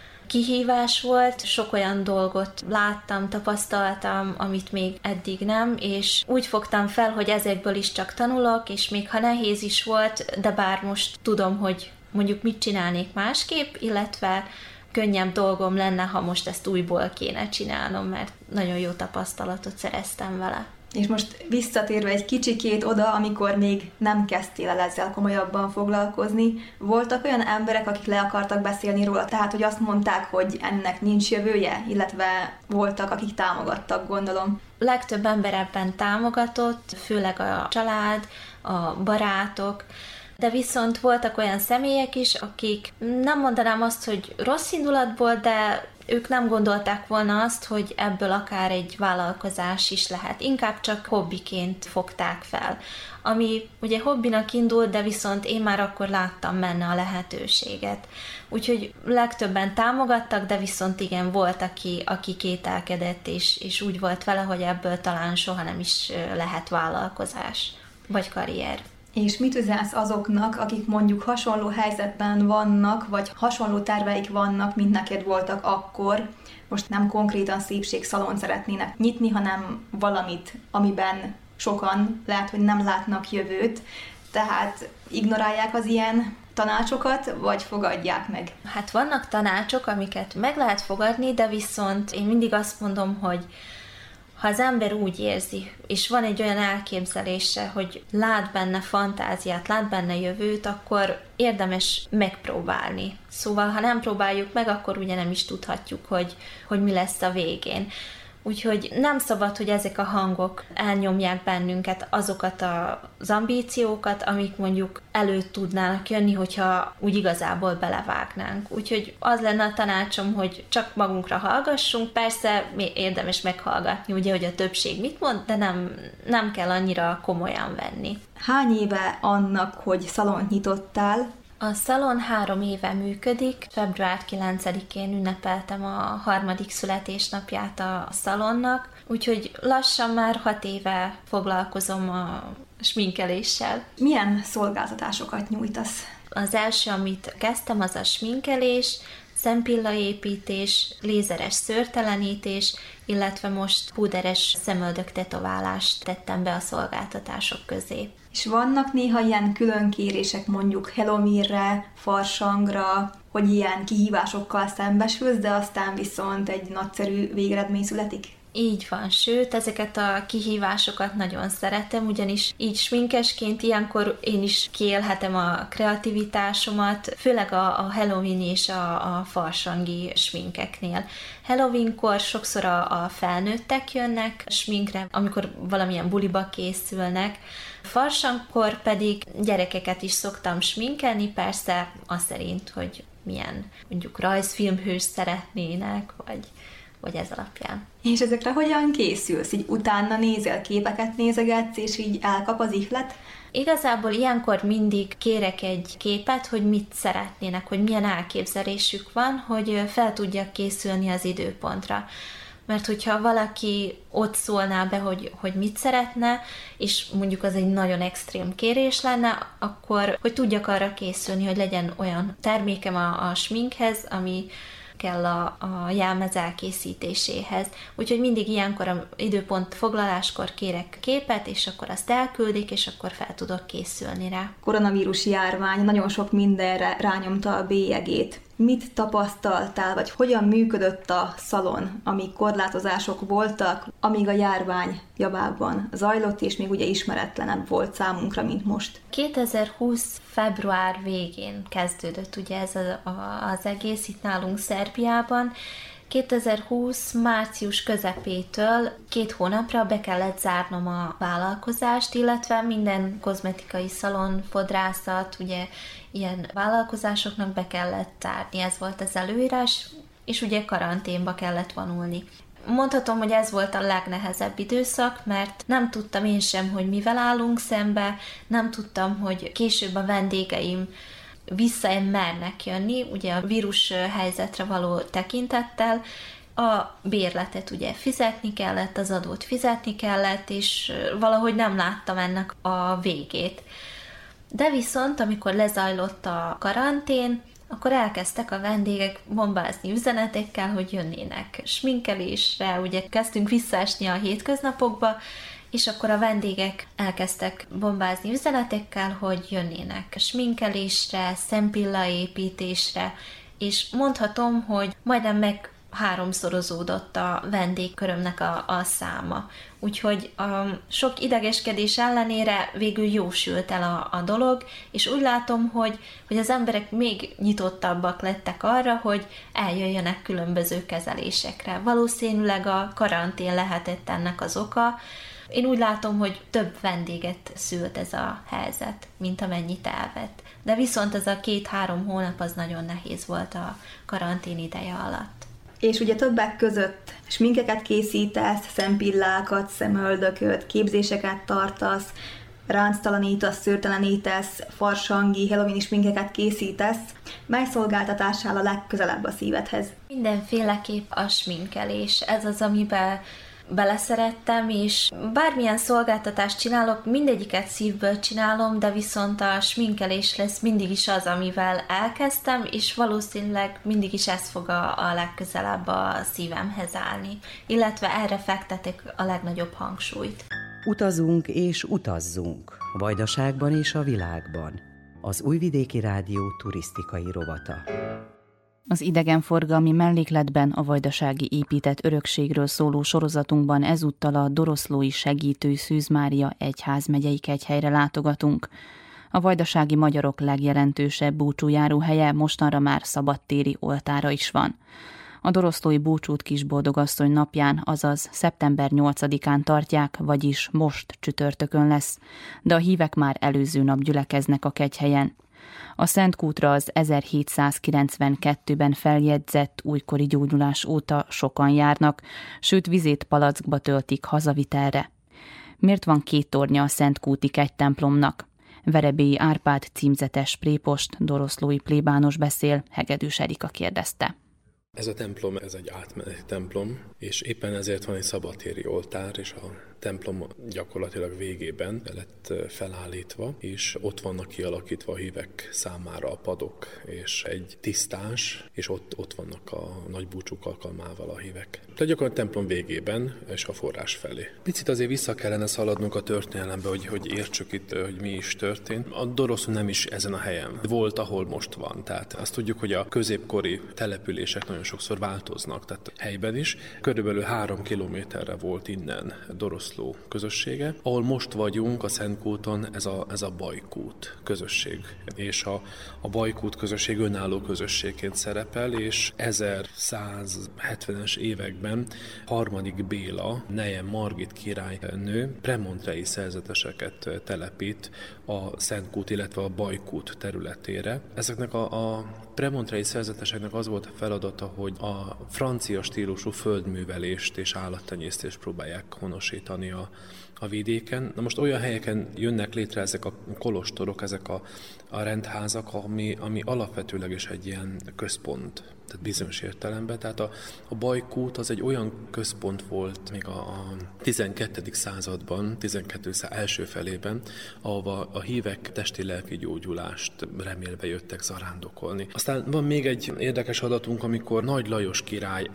[SPEAKER 14] Kihívás volt, sok olyan dolgot láttam, tapasztaltam, amit még eddig nem, és úgy fogtam fel, hogy ezekből is csak tanulok, és még ha nehéz is volt, de bár most tudom, hogy mondjuk mit csinálnék másképp, illetve könnyebb dolgom lenne, ha most ezt újból kéne csinálnom, mert nagyon jó tapasztalatot szereztem vele.
[SPEAKER 15] És most visszatérve egy kicsikét oda, amikor még nem kezdtél el ezzel komolyabban foglalkozni, voltak olyan emberek, akik le akartak beszélni róla, tehát hogy azt mondták, hogy ennek nincs jövője, illetve voltak, akik támogattak, gondolom.
[SPEAKER 14] Legtöbb ember ebben támogatott, főleg a család, a barátok, de viszont voltak olyan személyek is, akik nem mondanám azt, hogy rossz indulatból, de ők nem gondolták volna azt, hogy ebből akár egy vállalkozás is lehet. Inkább csak hobbiként fogták fel. Ami ugye hobbinak indult, de viszont én már akkor láttam benne a lehetőséget. Úgyhogy legtöbben támogattak, de viszont igen, volt, aki, aki kételkedett, és, és úgy volt vele, hogy ebből talán soha nem is lehet vállalkozás, vagy karrier.
[SPEAKER 15] És mit üzensz azoknak, akik mondjuk hasonló helyzetben vannak, vagy hasonló terveik vannak, mint neked voltak akkor, most nem konkrétan szépségszalont szeretnének nyitni, hanem valamit, amiben sokan lehet, hogy nem látnak jövőt, tehát ignorálják az ilyen tanácsokat, vagy fogadják meg?
[SPEAKER 14] Hát vannak tanácsok, amiket meg lehet fogadni, de viszont én mindig azt mondom, hogy ha az ember úgy érzi, és van egy olyan elképzelése, hogy lát benne fantáziát, lát benne jövőt, akkor érdemes megpróbálni. Szóval, ha nem próbáljuk meg, akkor ugye nem is tudhatjuk, hogy, hogy mi lesz a végén. Úgyhogy nem szabad, hogy ezek a hangok elnyomják bennünket azokat az ambíciókat, amik mondjuk előtt tudnának jönni, hogyha úgy igazából belevágnánk. Úgyhogy az lenne a tanácsom, hogy csak magunkra hallgassunk, persze érdemes meghallgatni, ugye, hogy a többség mit mond, de nem, nem kell annyira komolyan venni.
[SPEAKER 15] Hány éve annak, hogy szalont nyitottál?
[SPEAKER 14] A szalon három éve működik, február kilencedikén ünnepeltem a harmadik születésnapját a szalonnak, úgyhogy lassan már hat éve foglalkozom a sminkeléssel.
[SPEAKER 15] Milyen szolgáltatásokat nyújtasz?
[SPEAKER 14] Az első, amit kezdtem, az a sminkelés, szempillaépítés, lézeres szőrtelenítés, illetve most púderes szemöldök tetoválást tettem be a szolgáltatások közé.
[SPEAKER 15] És vannak néha ilyen különkérések mondjuk Halloweenre, farsangra, hogy ilyen kihívásokkal szembesülsz, de aztán viszont egy nagyszerű végeredmény születik?
[SPEAKER 14] Így van, sőt, ezeket a kihívásokat nagyon szeretem, ugyanis így sminkesként ilyenkor én is kiélhetem a kreativitásomat, főleg a, a Halloween és a, a farsangi sminkeknél. Halloweenkor sokszor a, a felnőttek jönnek sminkre, amikor valamilyen buliba készülnek, farsangkor pedig gyerekeket is szoktam sminkelni, persze az szerint, hogy milyen mondjuk rajzfilmhős szeretnének, vagy vagy ez alapján.
[SPEAKER 15] És ezekre hogyan készülsz? Így utána nézel, képeket nézegetsz, és így elkap az ihlet?
[SPEAKER 14] Igazából ilyenkor mindig kérek egy képet, hogy mit szeretnének, hogy milyen elképzelésük van, hogy fel tudjak készülni az időpontra. Mert hogyha valaki ott szólná be, hogy, hogy mit szeretne, és mondjuk az egy nagyon extrém kérés lenne, akkor hogy tudjak arra készülni, hogy legyen olyan termékem a, a sminkhez, ami kell a, a jelmez elkészítéséhez. Úgyhogy mindig ilyenkor a időpont foglaláskor kérek képet, és akkor azt elküldik, és akkor fel tudok készülni rá.
[SPEAKER 15] Koronavírus járvány nagyon sok mindenre rányomta a bélyegét. Mit tapasztaltál, vagy hogyan működött a szalon, amíg korlátozások voltak, amíg a járvány javában zajlott, és még ugye ismeretlenebb volt számunkra, mint most?
[SPEAKER 14] kétezer-húsz február végén kezdődött ugye ez a, a, az egész itt nálunk Szerbiában. kétezer-húsz március közepétől két hónapra be kellett zárnom a vállalkozást, illetve minden kozmetikai szalon, fodrászat, ugye ilyen vállalkozásoknak be kellett zárni, ez volt az előírás, és ugye karanténba kellett vonulni. Mondhatom, hogy ez volt a legnehezebb időszak, mert nem tudtam én sem, hogy mivel állunk szembe, nem tudtam, hogy később a vendégeim vissza mernek jönni, ugye a vírus helyzetre való tekintettel, a bérletet ugye fizetni kellett, az adót fizetni kellett, és valahogy nem láttam ennek a végét. De viszont, amikor lezajlott a karantén, akkor elkezdtek a vendégek bombázni üzenetekkel, hogy jönnének sminkelésre, ugye kezdtünk visszaesni a hétköznapokba, és akkor a vendégek elkezdtek bombázni üzenetekkel, hogy jönnének sminkelésre, szempillaépítésre, és mondhatom, hogy majdnem meg háromszorozódott a vendégkörömnek a, a száma. Úgyhogy a sok idegeskedés ellenére végül jósült el a, a dolog, és úgy látom, hogy, hogy az emberek még nyitottabbak lettek arra, hogy eljöjjenek különböző kezelésekre. Valószínűleg a karantén lehetett ennek az oka. Én úgy látom, hogy több vendéget szült ez a helyzet, mint amennyit elvett. De viszont ez a két-három hónap az nagyon nehéz volt a karantén ideje alatt.
[SPEAKER 15] És ugye többek között sminkeket készítesz, szempillákat, szemöldököt, képzéseket tartasz, ránctalanítasz, szőrtelenítesz, farsangi, halloween sminkeket készítesz. Mely szolgáltatás áll a legközelebb a szívedhez?
[SPEAKER 14] Mindenféleképp a sminkelés. Ez az, amiben beleszerettem, és bármilyen szolgáltatást csinálok, mindegyiket szívből csinálom, de viszont a sminkelés lesz mindig is az, amivel elkezdtem, és valószínűleg mindig is ez fog a, a legközelebb a szívemhez állni, illetve erre fektetek a legnagyobb hangsúlyt.
[SPEAKER 16] Utazunk és utazzunk, Vajdaságban és a világban. Az Újvidéki Rádió turisztikai rovata.
[SPEAKER 2] Az idegenforgalmi mellékletben a vajdasági épített örökségről szóló sorozatunkban ezúttal a Doroszlói Segítő Szűz Mária egyházmegyei kegyhelyre látogatunk. A vajdasági magyarok legjelentősebb búcsújáróhelye mostanra már szabadtéri oltára is van. A doroszlói búcsút Kisboldogasszony napján, azaz szeptember nyolcadikán tartják, vagyis most csütörtökön lesz, de a hívek már előző nap gyülekeznek a kegyhelyen. A Szentkútra az ezerhétszázkilencvenkettőben feljegyzett újkori gyógyulás óta sokan járnak, sőt vizét palackba töltik hazavitelre. Miért van két tornya a Szentkúti kegytemplomnak? Verebélyi Árpád címzetes prépost, doroszlói plébános beszél, Hegedűs Erika kérdezte.
[SPEAKER 17] Ez a templom, ez egy átmeneti templom, és éppen ezért van egy szabadtéri oltár, és a templom gyakorlatilag végében lett felállítva, és ott vannak kialakítva a hívek számára a padok, és egy tisztás, és ott, ott vannak a nagy búcsúk alkalmával a hívek. Tehát gyakorlatilag a templom végében, és a forrás felé. Picit azért vissza kellene szaladnunk a történelembe, hogy, hogy értsük itt, hogy mi is történt. A Doroszló nem is ezen a helyen volt, ahol most van. Tehát azt tudjuk, hogy a középkori települések nagyon sokszor változnak, tehát helyben is. Körülbelül három kilométerre volt innen Doroszló közössége. Ahol most vagyunk a Szentkúton, ez a, ez a Bajkút közösség. És a, a Bajkút közösség önálló közösségként szerepel, és ezerszázhetvenes években harmadik Béla, neje Margit királynő premontrei szerzeteseket telepít a Szentkút, illetve a Bajkút területére. Ezeknek a, a premontrei szerzeteseknek az volt a feladata, hogy a francia stílusú földművelést és állattenyésztést próbálják honosítani a, a vidéken. Na most olyan helyeken jönnek létre ezek a kolostorok, ezek a, a rendházak, ami, ami alapvetőleg is egy ilyen központ, tehát bizonyos értelemben. Tehát a, a Bajkút az egy olyan központ volt még a, a tizenkettedik században, tizenkettedik század első felében, ahova a hívek testi-lelki gyógyulást remélve jöttek zarándokolni. Aztán van még egy érdekes adatunk, amikor Nagy Lajos király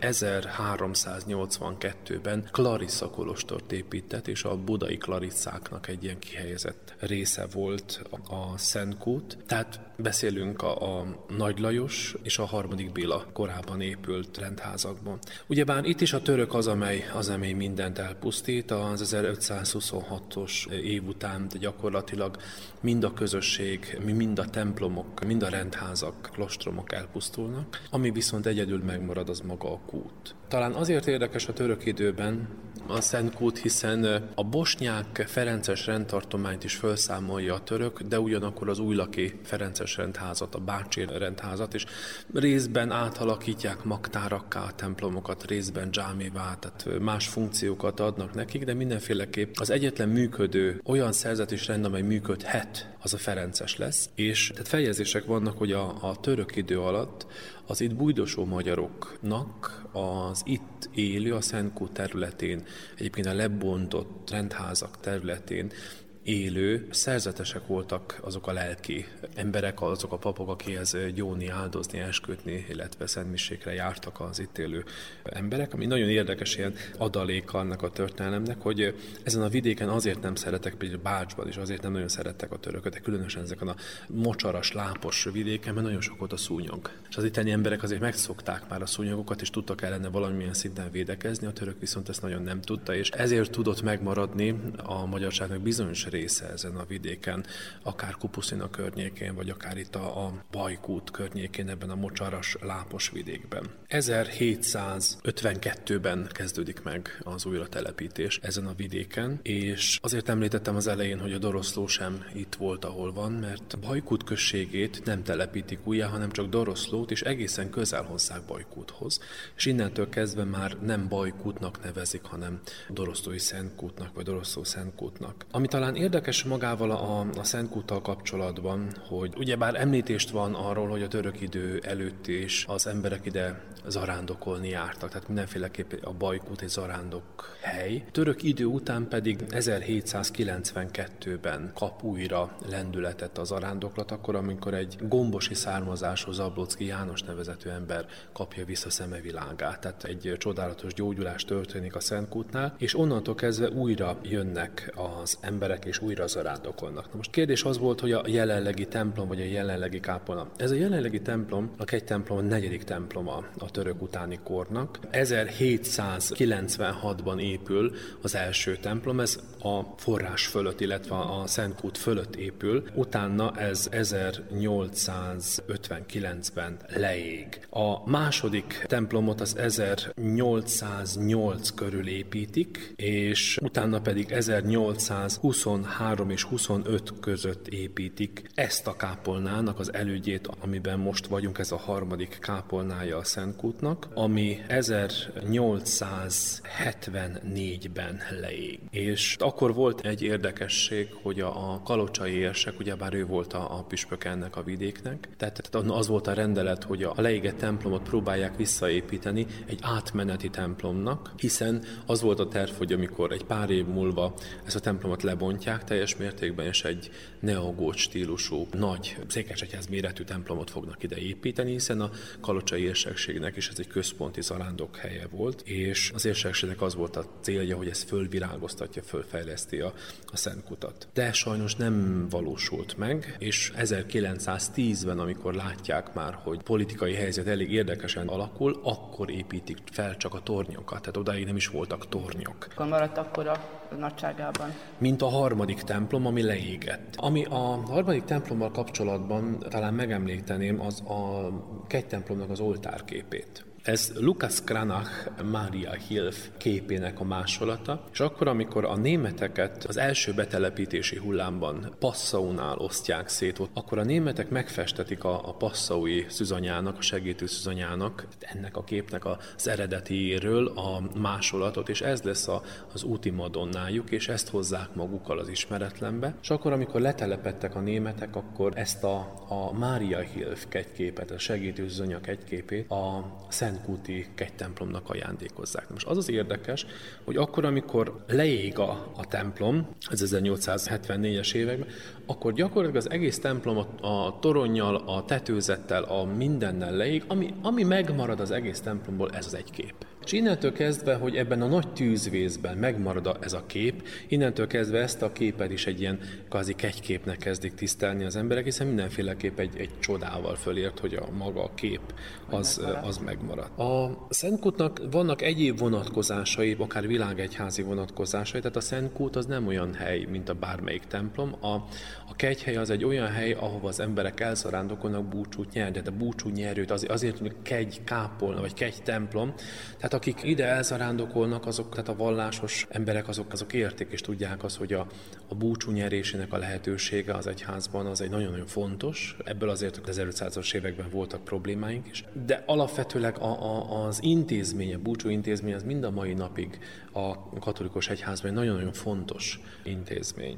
[SPEAKER 17] ezerháromszáznyolcvankettőben Clarissa kolostort épített, és a budai Clarisszáknak egy ilyen kihelyezett része volt a, a Szentkút. Tehát beszélünk a, a Nagy Lajos és a harmadik Béla korábban épült rendházakban. Ugyebár itt is a török az, amely, az, amely mindent elpusztít. Az ezerötszázhuszonhatos év után gyakorlatilag mind a közösség, mind a templomok, mind a rendházak, klostromok elpusztulnak. Ami viszont egyedül megmarad, az maga a kút. Talán azért érdekes a török időben a Szentkút, hiszen a bosnyák ferences rendtartományt is felszámolja a török, de ugyanakkor az újlaki ferences rendházat, a bácsi rendházat, és részben átalakítják magtárakká a templomokat, részben dzsámivá, tehát más funkciókat adnak nekik, de mindenféleképp az egyetlen működő olyan szerzetes rend, amely működhet, az a ferences lesz, és tehát feljegyzések vannak, hogy a, a török idő alatt az itt bújdosó magyaroknak az itt élő, a Szentkút területén, egyébként a lebontott rendházak területén élő szerzetesek voltak azok a lelki emberek, azok a papok, akihez gyóni, áldozni, esküdni, illetve szentmisékre jártak az itt élő emberek, ami nagyon érdekes ilyen adaléka annak a történelemnek, hogy ezen a vidéken azért nem szeretek, például Bácsban is azért nem nagyon szerettek a törököt, de különösen ezeken a mocsaras, lápos vidéken, mert nagyon sok volt a szúnyog. És az itteni emberek azért megszokták már a szúnyogokat, és tudtak ellene valamilyen szinten védekezni, a török viszont ezt nagyon nem tudta, és ezért tudott megmaradni a magyarságnak bizonyos része ezen a vidéken, akár Kupuszina környékén, vagy akár itt a, a Bajkút környékén, ebben a mocsaras, lápos vidékben. ezerhétszázötvenkettőben kezdődik meg az újratelepítés ezen a vidéken, és azért említettem az elején, hogy a Doroszló sem itt volt, ahol van, mert Bajkút községét nem telepítik újjá, hanem csak Doroszlót, és egészen közel hozzák Bajkúthoz. És innentől kezdve már nem Bajkútnak nevezik, hanem Doroszlói Szentkútnak, vagy Doroszló Szentkútnak. Ami talán érdekes magával a, a Szentkúttal kapcsolatban, hogy ugyebár említést van arról, hogy a török idő előtt is az emberek ide zarándokolni jártak, tehát mindenféleképp a Bajkút egy zarándok hely. Török idő után pedig ezerhétszázkilencvenkettőben kap újra lendületet a zarándoklat, akkor, amikor egy gombosi származású Zablocki János nevezetű ember kapja vissza szemevilágát, tehát egy csodálatos gyógyulás történik a Szentkútnál, és onnantól kezdve újra jönnek az emberek, és újra zarándokolnak. Na most kérdés az volt, hogy a jelenlegi templom, vagy a jelenlegi kápolna. Ez a jelenlegi templom, a egy templom a negyedik temploma a török utáni kornak. ezerhétszázkilencvenhatban épül az első templom, ez a forrás fölött, illetve a Szentkút fölött épül, utána ez ezernyolcszázötvenkilencben leég. A második templomot az ezernyolcszáznyolc körül építik, és utána pedig ezernyolcszázhuszonnégy huszonhárom és huszonöt között építik ezt a kápolnának az elődjét, amiben most vagyunk, ez a harmadik kápolnája a Szentkútnak, ami ezernyolcszázhetvennégyben leég. És akkor volt egy érdekesség, hogy a, a kalocsai érsek, ugyebár ő volt a, a püspök ennek a vidéknek, tehát az volt a rendelet, hogy a leégett templomot próbálják visszaépíteni egy átmeneti templomnak, hiszen az volt a terv, hogy amikor egy pár év múlva ezt a templomot lebontják teljes mértékben, és egy neogót stílusú, nagy székesegyház méretű templomot fognak ide építeni, hiszen a kalocsai érsekségnek is ez egy központi zarándok helye volt, és az érsekségnek az volt a célja, hogy ez fölvirágoztatja, fölfejleszti a, a Szentkutat. De sajnos nem valósult meg, és ezerkilencszáztízben, amikor látják már, hogy politikai helyzet elég érdekesen alakul, akkor építik fel csak a tornyokat, tehát odáig nem is voltak tornyok.
[SPEAKER 18] Akkor maradt akkor a nagyságában?
[SPEAKER 17] Mint a harmadik templom, ami leégett. Ami a harmadik templommal kapcsolatban talán megemlíteném, az a kegytemplomnak az oltárképét. Ez Lukas Cranach Mária Hilf képének a másolata, és akkor, amikor a németeket az első betelepítési hullámban Passaunál osztják szét, akkor a németek megfestetik a, a passaui szűzanyának, a segítő szűzanyának, ennek a képnek az eredetiéről a másolatot, és ez lesz a, az úti madonnájuk, és ezt hozzák magukkal az ismeretlenbe. És akkor, amikor letelepedtek a németek, akkor ezt a, a Mária Hilf kegyképet, a segítő szűzanya kegyképét a Szentkúti kegytemplomnak ajándékozzák. Most az az érdekes, hogy akkor, amikor leég a, a templom, ez ezernyolcszázhetvennégyes években, akkor gyakorlatilag az egész templom a, a toronnyal, a tetőzettel, a mindennel leég, ami, ami megmarad az egész templomból, ez az egy kép. És innentől kezdve, hogy ebben a nagy tűzvészben megmarad ez a kép, innentől kezdve ezt a képet is egy ilyen kvázi kegyképnek kezdik tisztelni az emberek, hiszen mindenféleképp egy, egy csodával fölért, hogy a maga a kép az, az megmarad. A Szentkútnak vannak egyéb vonatkozásai, akár világegyházi vonatkozásai, tehát a Szentkút az nem olyan hely, mint a bármelyik templom. A, a kegyhely az egy olyan hely, ahova az emberek elszarándokolnak búcsút nyerni, de búcsú nyerőt azért, azért hogy kegy kápolna, vagy kegy templom. Tehát akik ide elzarándokolnak, azok, tehát a vallásos emberek, azok, azok értik és tudják azt, hogy a, a búcsú nyerésének a lehetősége az egyházban az egy nagyon-nagyon fontos. Ebből azért az ezerötszázas években voltak problémáink is. De alapvetőleg a, a, az intézmény, a búcsú intézmény az mind a mai napig a katolikus egyházban egy nagyon-nagyon fontos intézmény.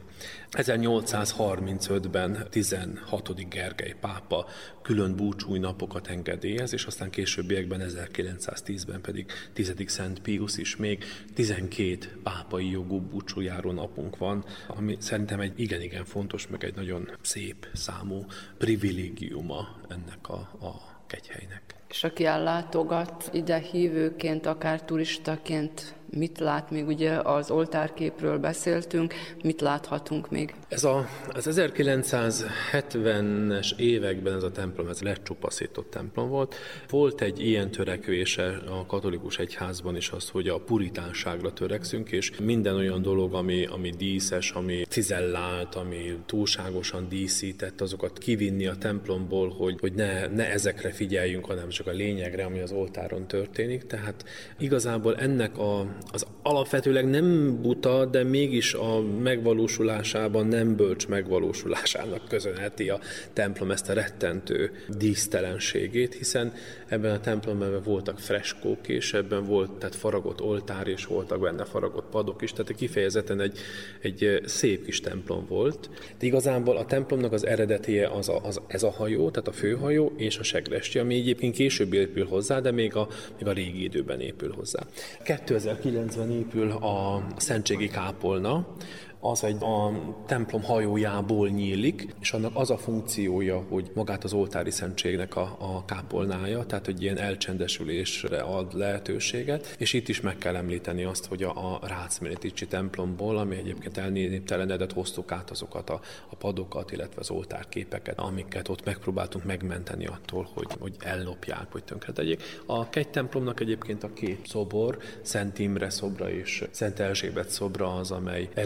[SPEAKER 17] ezernyolcszázharmincötben tizenhatodik Gergely pápa külön búcsúj napokat engedélyez, és aztán későbbiekben ezerkilencszáztízben pedig tizedik Szent Piusz is, még tizenkét pápai jogú búcsújáró napunk van, ami szerintem egy igen-igen fontos, meg egy nagyon szép számú privilégiuma ennek a, a kegyhelynek.
[SPEAKER 18] És aki ellátogat ide hívőként, akár turistaként, mit lát még? Ugye az oltárképről beszéltünk, mit láthatunk még?
[SPEAKER 17] Ez a, az ezerkilencszázhetvenes években ez a templom, ez lecsupaszított templom volt. Volt egy ilyen törekvése a katolikus egyházban is az, hogy a puritánságra törekszünk, és minden olyan dolog, ami, ami díszes, ami cizellált, ami túlságosan díszített, azokat kivinni a templomból, hogy, hogy ne, ne ezekre figyeljünk, hanem csak a lényegre, ami az oltáron történik. Tehát igazából ennek a az alapvetőleg nem buta, de mégis a megvalósulásában nem bölcs megvalósulásának köszönheti a templom ezt a rettentő dísztelenségét, hiszen ebben a templomban voltak freskók is, ebben volt tehát faragott oltár, és voltak benne faragott padok is, tehát kifejezetten egy, egy szép kis templom volt. De igazából a templomnak az eredetie az, a, az ez a hajó, tehát a főhajó és a segrestje, ami egyébként később épül hozzá, de még a, még a régi időben épül hozzá. kétezer-kilencben épül a Szentségi kápolna, az egy a templom hajójából nyílik, és annak az a funkciója, hogy magát az oltári szentségnek a, a kápolnája, tehát hogy ilyen elcsendesülésre ad lehetőséget, és itt is meg kell említeni azt, hogy a, a Rácz-Mileticsi templomból, ami egyébként elnéptelenedett, hoztuk át azokat a, a padokat, illetve az oltárképeket, amiket ott megpróbáltunk megmenteni attól, hogy, hogy ellopják, vagy tönkretegyék. A kegytemplomnak egyébként a két szobor, Szent Imre szobra és Szent Erzsébet szobra az, amely eredeti szobra,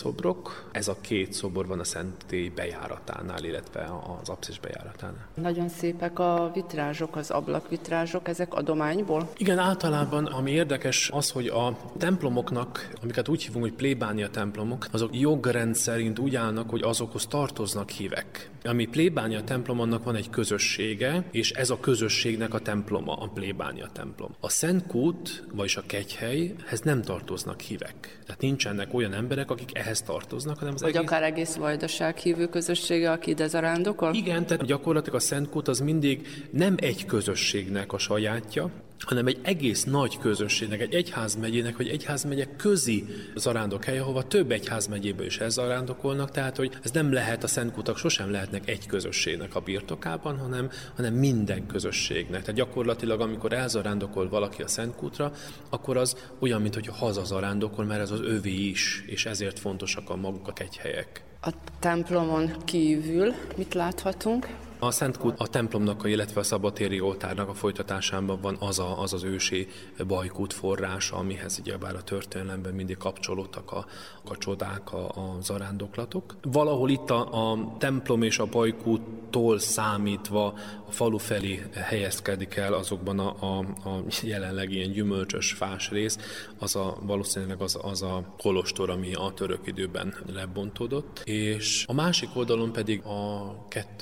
[SPEAKER 17] szobrok. Ez a két szobor van a Szentély bejáratánál, illetve az apszis bejáratánál.
[SPEAKER 18] Nagyon szépek a vitrázsok, az ablakvitrázsok, ezek adományból?
[SPEAKER 17] Igen, általában ami érdekes az, hogy a templomoknak, amiket úgy hívunk, hogy plébánia templomok, azok jogrend szerint úgy állnak, hogy azokhoz tartoznak hívek. Ami plébánia templom, annak van egy közössége, és ez a közösségnek a temploma, a plébánia templom. A Szentkút, vagyis a kegyhelyhez nem tartoznak hívek. Tehát nincsenek olyan emberek, akik ehhez tartoznak, hanem az
[SPEAKER 18] vagy
[SPEAKER 17] egész...
[SPEAKER 18] akár egész Vajdaság hívő közössége, aki ide zarándokol?
[SPEAKER 17] Igen, tehát gyakorlatilag a Szentkút az mindig nem egy közösségnek a sajátja, hanem egy egész nagy közösségnek, egy egyházmegyének, vagy egyházmegye közi zarándokhely, ahova több egyházmegyéből is elzarándokolnak, tehát hogy ez nem lehet, a Szentkutak sosem lehetnek egy közösségnek a birtokában, hanem, hanem minden közösségnek. Tehát gyakorlatilag, amikor elzarándokol valaki a Szentkútra, akkor az olyan, mintha hazazarándokol, mert ez az övé is, és ezért fontosak a maguk a kegyhelyek.
[SPEAKER 18] A templomon kívül mit láthatunk?
[SPEAKER 17] A Szentkút a templomnak, illetve a szabadtéri oltárnak a folytatásában van az a, az, az ősi bajkút forrása, amihez ugyebár a történelemben mindig kapcsolódtak a, a csodák, a, a zarándoklatok. Valahol itt a, a templom és a bajkúttól számítva a falu felé helyezkedik el azokban a, a, a jelenleg ilyen gyümölcsös fás rész, az a, valószínűleg az, az a kolostor, ami a török időben lebontódott. És a másik oldalon pedig a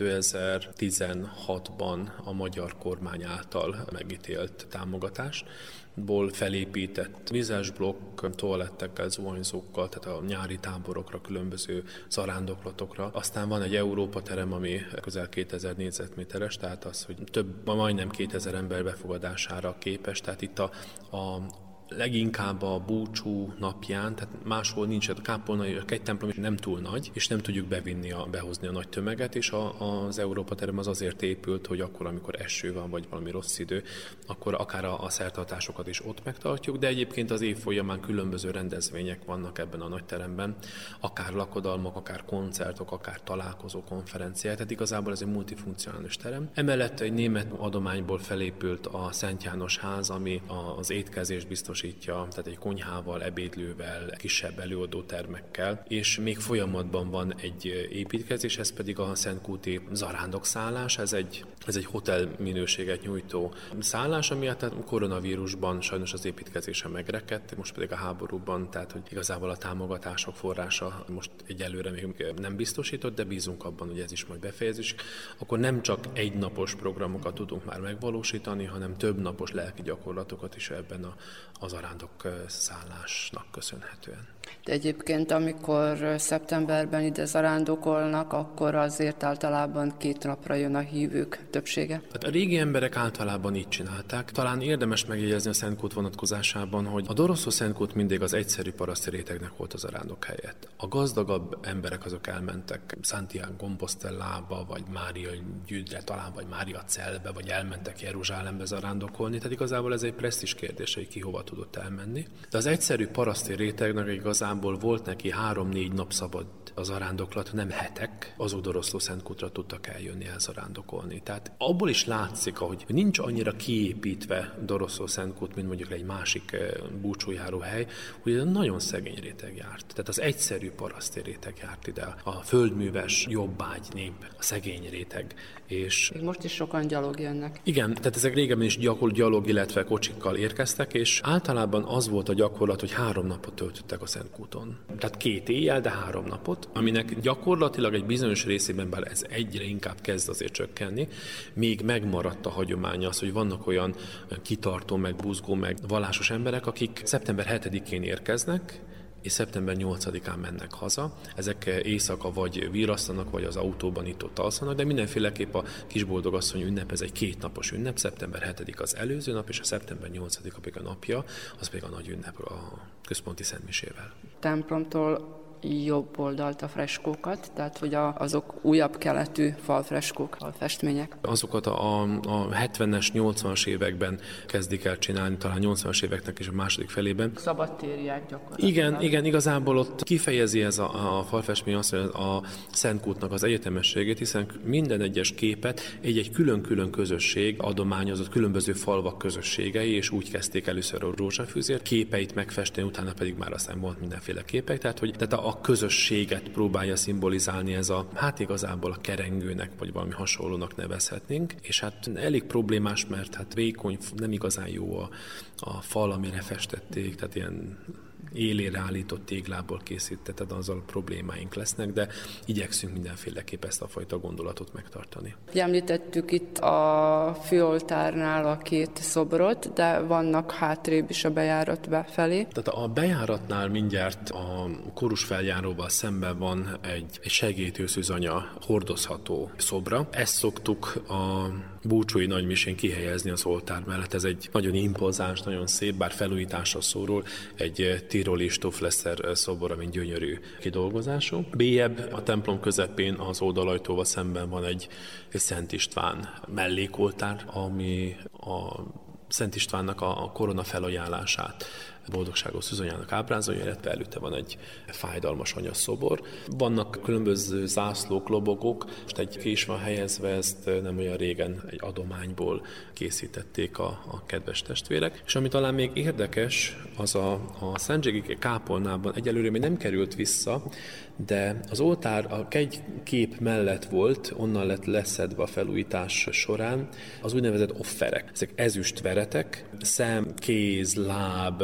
[SPEAKER 17] kétezer-tizenhatban a magyar kormány által megítélt támogatásból felépített vizes blokk, toalettekkel, zuhanyzókkal, tehát a nyári táborokra, különböző zarándoklatokra. Aztán van egy Európa terem, ami közel kétezer négyzetméteres, tehát az, hogy több, majdnem kétezer ember befogadására képes, tehát itt a, a leginkább a búcsú napján, tehát máshol nincs, a kápolnai, a kegytemplom nem túl nagy, és nem tudjuk bevinni, a, behozni a nagy tömeget, és a, az Európa terem az azért épült, hogy akkor, amikor eső van, vagy valami rossz idő, akkor akár a, a szertartásokat is ott megtartjuk, de egyébként az év folyamán különböző rendezvények vannak ebben a nagy teremben, akár lakodalmak, akár koncertok, akár találkozó, konferenciák, tehát igazából ez egy multifunkcionális terem. Emellett egy német adományból felépült a Szent János ház, ami az étkezést biztos tehát egy konyhával, ebédlővel, kisebb előadótermekkel, és még folyamatban van egy építkezés, ez pedig a szentkúti zarándokszállás, ez egy, ez egy hotel minőséget nyújtó szállás, ami hát a koronavírusban sajnos az építkezése megrekedt, most pedig a háborúban, tehát hogy igazából a támogatások forrása most egyelőre még nem biztosított, de bízunk abban, hogy ez is majd befejezés. Akkor nem csak egynapos programokat tudunk már megvalósítani, hanem több napos lelki gyakorlatokat is ebben a az zarándok szállásnak köszönhetően.
[SPEAKER 18] De egyébként, amikor szeptemberben ide zarándokolnak, akkor azért általában két napra jön a hívők többsége.
[SPEAKER 17] Hát a régi emberek általában így csinálták. Talán érdemes megjegyezni a Szentkút vonatkozásában, hogy a Doroszó Szentkút mindig az egyszerű paraszti rétegnek volt a zarándok helyett. A gazdagabb emberek azok elmentek Santiago Compostelába, vagy Mária Gyügyre talán, vagy Mária Celbe, vagy elmentek Jeruzsálembe zarándokolni. Tehát igazából ez egy presztízs kérdés, hogy ki hova tudott elmenni. De az egyszerű paraszti rétegnek igazából volt neki három-négy nap szabad a zarándoklat, nem hetek, azok Doroszló Szentkútra tudtak eljönni elzarándokolni. Tehát abból is látszik, hogy nincs annyira kiépítve Doroszló Szentkút, mint mondjuk egy másik búcsújáró hely, hogy ez nagyon szegény réteg járt. Tehát az egyszerű paraszti réteg járt ide, a földműves, jobbágy nép, a szegény réteg. És
[SPEAKER 18] még most is sokan gyalog jönnek.
[SPEAKER 17] Igen, tehát ezek régebben is gyakor, gyalog, illetve kocsikkal érkeztek, és általában az volt a gyakorlat, hogy három napot töltöttek a Szentkúton. Tehát két éjjel, de három napot, aminek gyakorlatilag egy bizonyos részében, bár ez egyre inkább kezd azért csökkenni, még megmaradt a hagyománya az, hogy vannak olyan kitartó, meg buzgó, meg vallásos emberek, akik szeptember hetedikén érkeznek, és szeptember nyolcadikán mennek haza. Ezek éjszaka vagy virasztanak, vagy az autóban itt-ott alszanak, de mindenféleképp a Kisboldogasszony ünnep, ez egy kétnapos ünnep, szeptember hetedike az előző nap, és a szeptember nyolcadika pedig a napja, az pedig a nagy ünnep a központi szentmisével.
[SPEAKER 18] Templomtól jobb oldalt a freskókat, tehát hogy a, azok újabb keletű falfreskók, falfestmények.
[SPEAKER 17] Azokat a, a hetvenes, nyolcvanas években kezdik el csinálni, talán nyolcvanas éveknek is a második felében.
[SPEAKER 18] Szabadtériák gyakorlatilag.
[SPEAKER 17] Igen, igen, igazából ott kifejezi ez a, a falfestmény azt, hogy a Szentkútnak az egyetemességét, hiszen minden egyes képet egy-egy külön-külön közösség adományozott, különböző falvak közösségei, és úgy kezdték először a rózsafűzért, képeit megfesteni, utána pedig már aztán volt mindenféle képek, tehát hogy tehát a a közösséget próbálja szimbolizálni ez a, hát igazából a kerengőnek, vagy valami hasonlónak nevezhetnénk, és hát elég problémás, mert hát vékony, nem igazán jó a, a fal, amire festették, tehát ilyen élére állított téglából készített, tehát azzal problémáink lesznek, de igyekszünk mindenféleképp ezt a fajta gondolatot megtartani.
[SPEAKER 18] Említettük itt a főoltárnál a két szobrot, de vannak hátrébb is a bejárat befelé.
[SPEAKER 17] Tehát a bejáratnál mindjárt a kórus feljáróval szemben van egy, egy segélytőszűzanya hordozható szobra. Ezt szoktuk a búcsúi nagymisén kihelyezni az oltár mellett. Ez egy nagyon impozáns, nagyon szép, bár felújításra szorul, egy tiroli Stofflesser szobor, mint gyönyörű kidolgozású. Bélyebb a templom közepén az oldalajtóval szemben van egy, egy Szent István mellékoltár, ami a Szent Istvánnak a korona felajánlását, boldogságos szűzanyának ábrázolja, illetve előtte van egy fájdalmas anyaszobor. Vannak különböző zászlók, lobogók, most egy kés van helyezve, ezt nem olyan régen egy adományból készítették a, a kedves testvérek. És ami talán még érdekes, az a, a Szentségi kápolnában egyelőre még nem került vissza, de az oltár a kegykép mellett volt, onnan lett leszedve a felújítás során az úgynevezett offerek. Ezek ezüst veretek, szem, kéz, láb,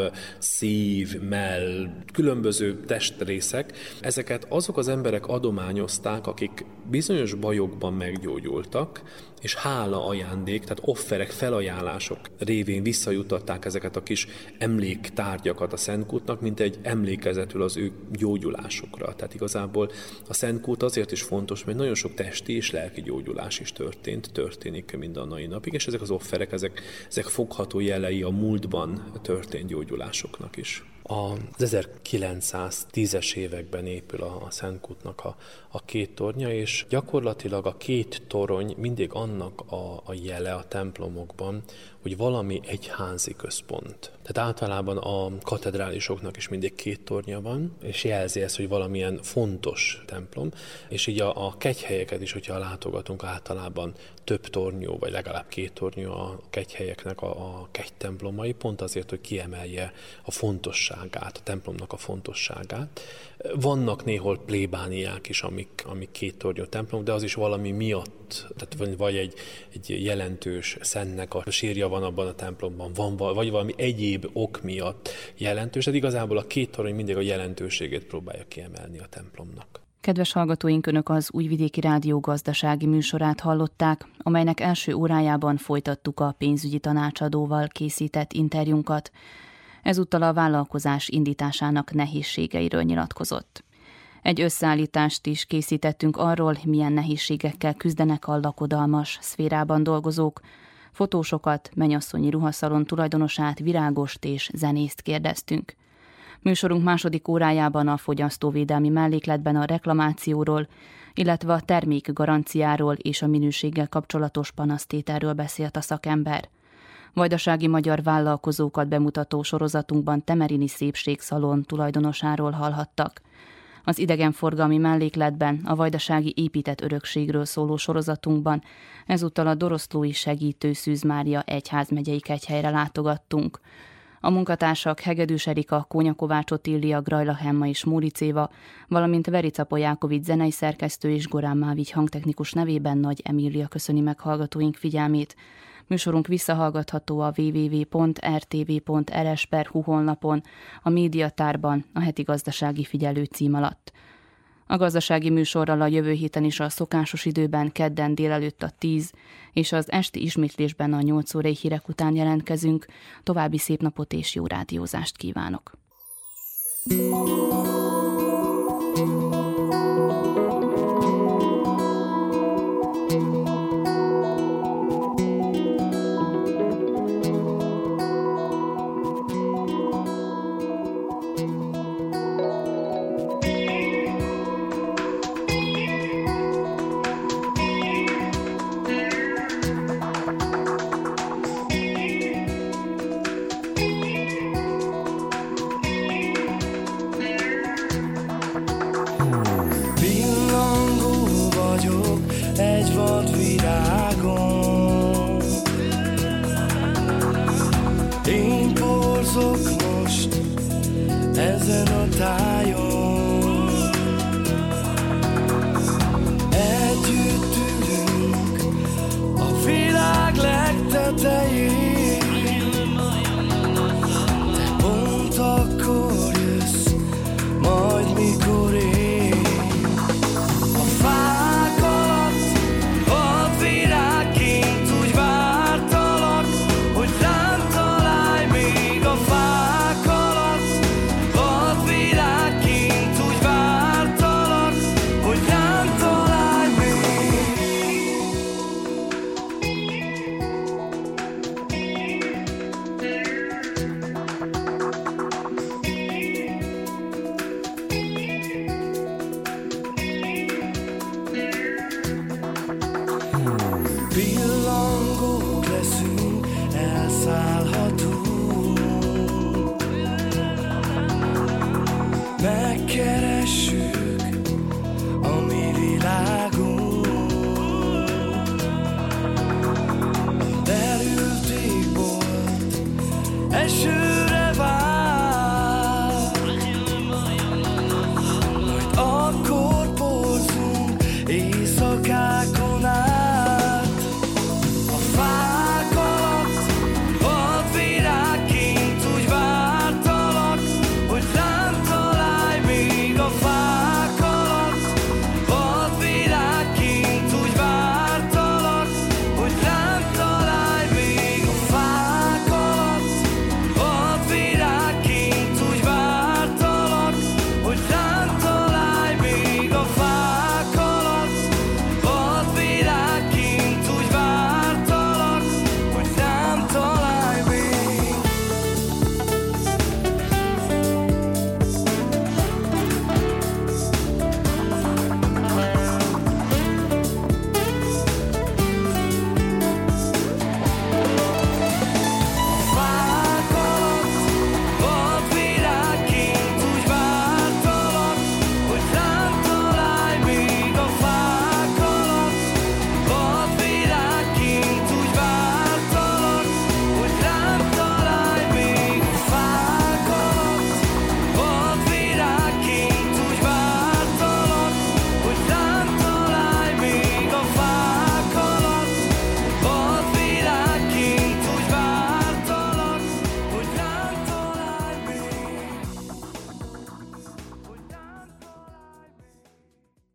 [SPEAKER 17] szív, mell, különböző testrészek. Ezeket azok az emberek adományozták, akik bizonyos bajokban meggyógyultak, és hála ajándék, tehát offerek, felajánlások révén visszajutatták ezeket a kis emléktárgyakat a Szentkútnak, mint egy emlékezetül az ő gyógyulásukra. Tehát igazából a Szentkút azért is fontos, mert nagyon sok testi és lelki gyógyulás is történt, történik mind a mai napig, és ezek az offerek, ezek, ezek fogható jelei a múltban történt gyógyulásoknak is. Az ezerkilencszáztízes években épül a Szentkútnak a, a két tornya, és gyakorlatilag a két torony mindig annak a, a jele a templomokban, hogy valami egyházi központ. Tehát általában a katedrálisoknak is mindig két tornya van, és jelzi ezt, hogy valamilyen fontos templom, és így a, a kegyhelyeket is, hogyha látogatunk, általában több tornyú, vagy legalább két tornyú a kegyhelyeknek a, a kegytemplomai, pont azért, hogy kiemelje a fontosságát, a templomnak a fontosságát. Vannak néhol plébániák is, amik, amik két tornyú templom, de az is valami miatt, tehát vagy egy, egy jelentős szentnek a sírja van abban a templomban, van, vagy valami egyéb ok miatt jelentős, tehát igazából a két torony mindig a jelentőségét próbálja kiemelni a templomnak.
[SPEAKER 2] Kedves hallgatóink, Önök az Újvidéki Rádió gazdasági műsorát hallották, amelynek első órájában folytattuk a pénzügyi tanácsadóval készített interjúnkat. Ezúttal a vállalkozás indításának nehézségeiről nyilatkozott. Egy összeállítást is készítettünk arról, milyen nehézségekkel küzdenek a lakodalmas szférában dolgozók. Fotósokat, mennyasszonyi ruhaszalon tulajdonosát, virágost és zenészt kérdeztünk. Műsorunk második órájában a fogyasztóvédelmi mellékletben a reklamációról, illetve a termék garanciáról és a minőséggel kapcsolatos panasztételről beszélt a szakember. Vajdasági magyar vállalkozókat bemutató sorozatunkban Temerini Szépségszalon tulajdonosáról hallhattak. Az idegenforgalmi mellékletben a vajdasági épített örökségről szóló sorozatunkban ezúttal a Doroszlói Segítő Szűz Mária egyházmegyei kegyhelyre látogattunk. A munkatársak Hegedűs Erika, Kónya Kovács Otília, Grajla Hemma és Móric Éva, valamint Verica Polyákovics zenei szerkesztő és Gorán Mávigy hangtechnikus nevében Nagy Emília köszöni meg hallgatóink figyelmét. Műsorunk visszahallgatható a double-u double-u double-u pont r t v pont r s pont h u honlapon, a médiatárban, a heti gazdasági figyelő cím alatt. A gazdasági műsorral a jövő héten is a szokásos időben kedden délelőtt a tíz, és az esti ismétlésben a nyolc órai hírek után jelentkezünk. További szép napot és jó rádiózást kívánok!
[SPEAKER 3] Én porzok most ezen a táj.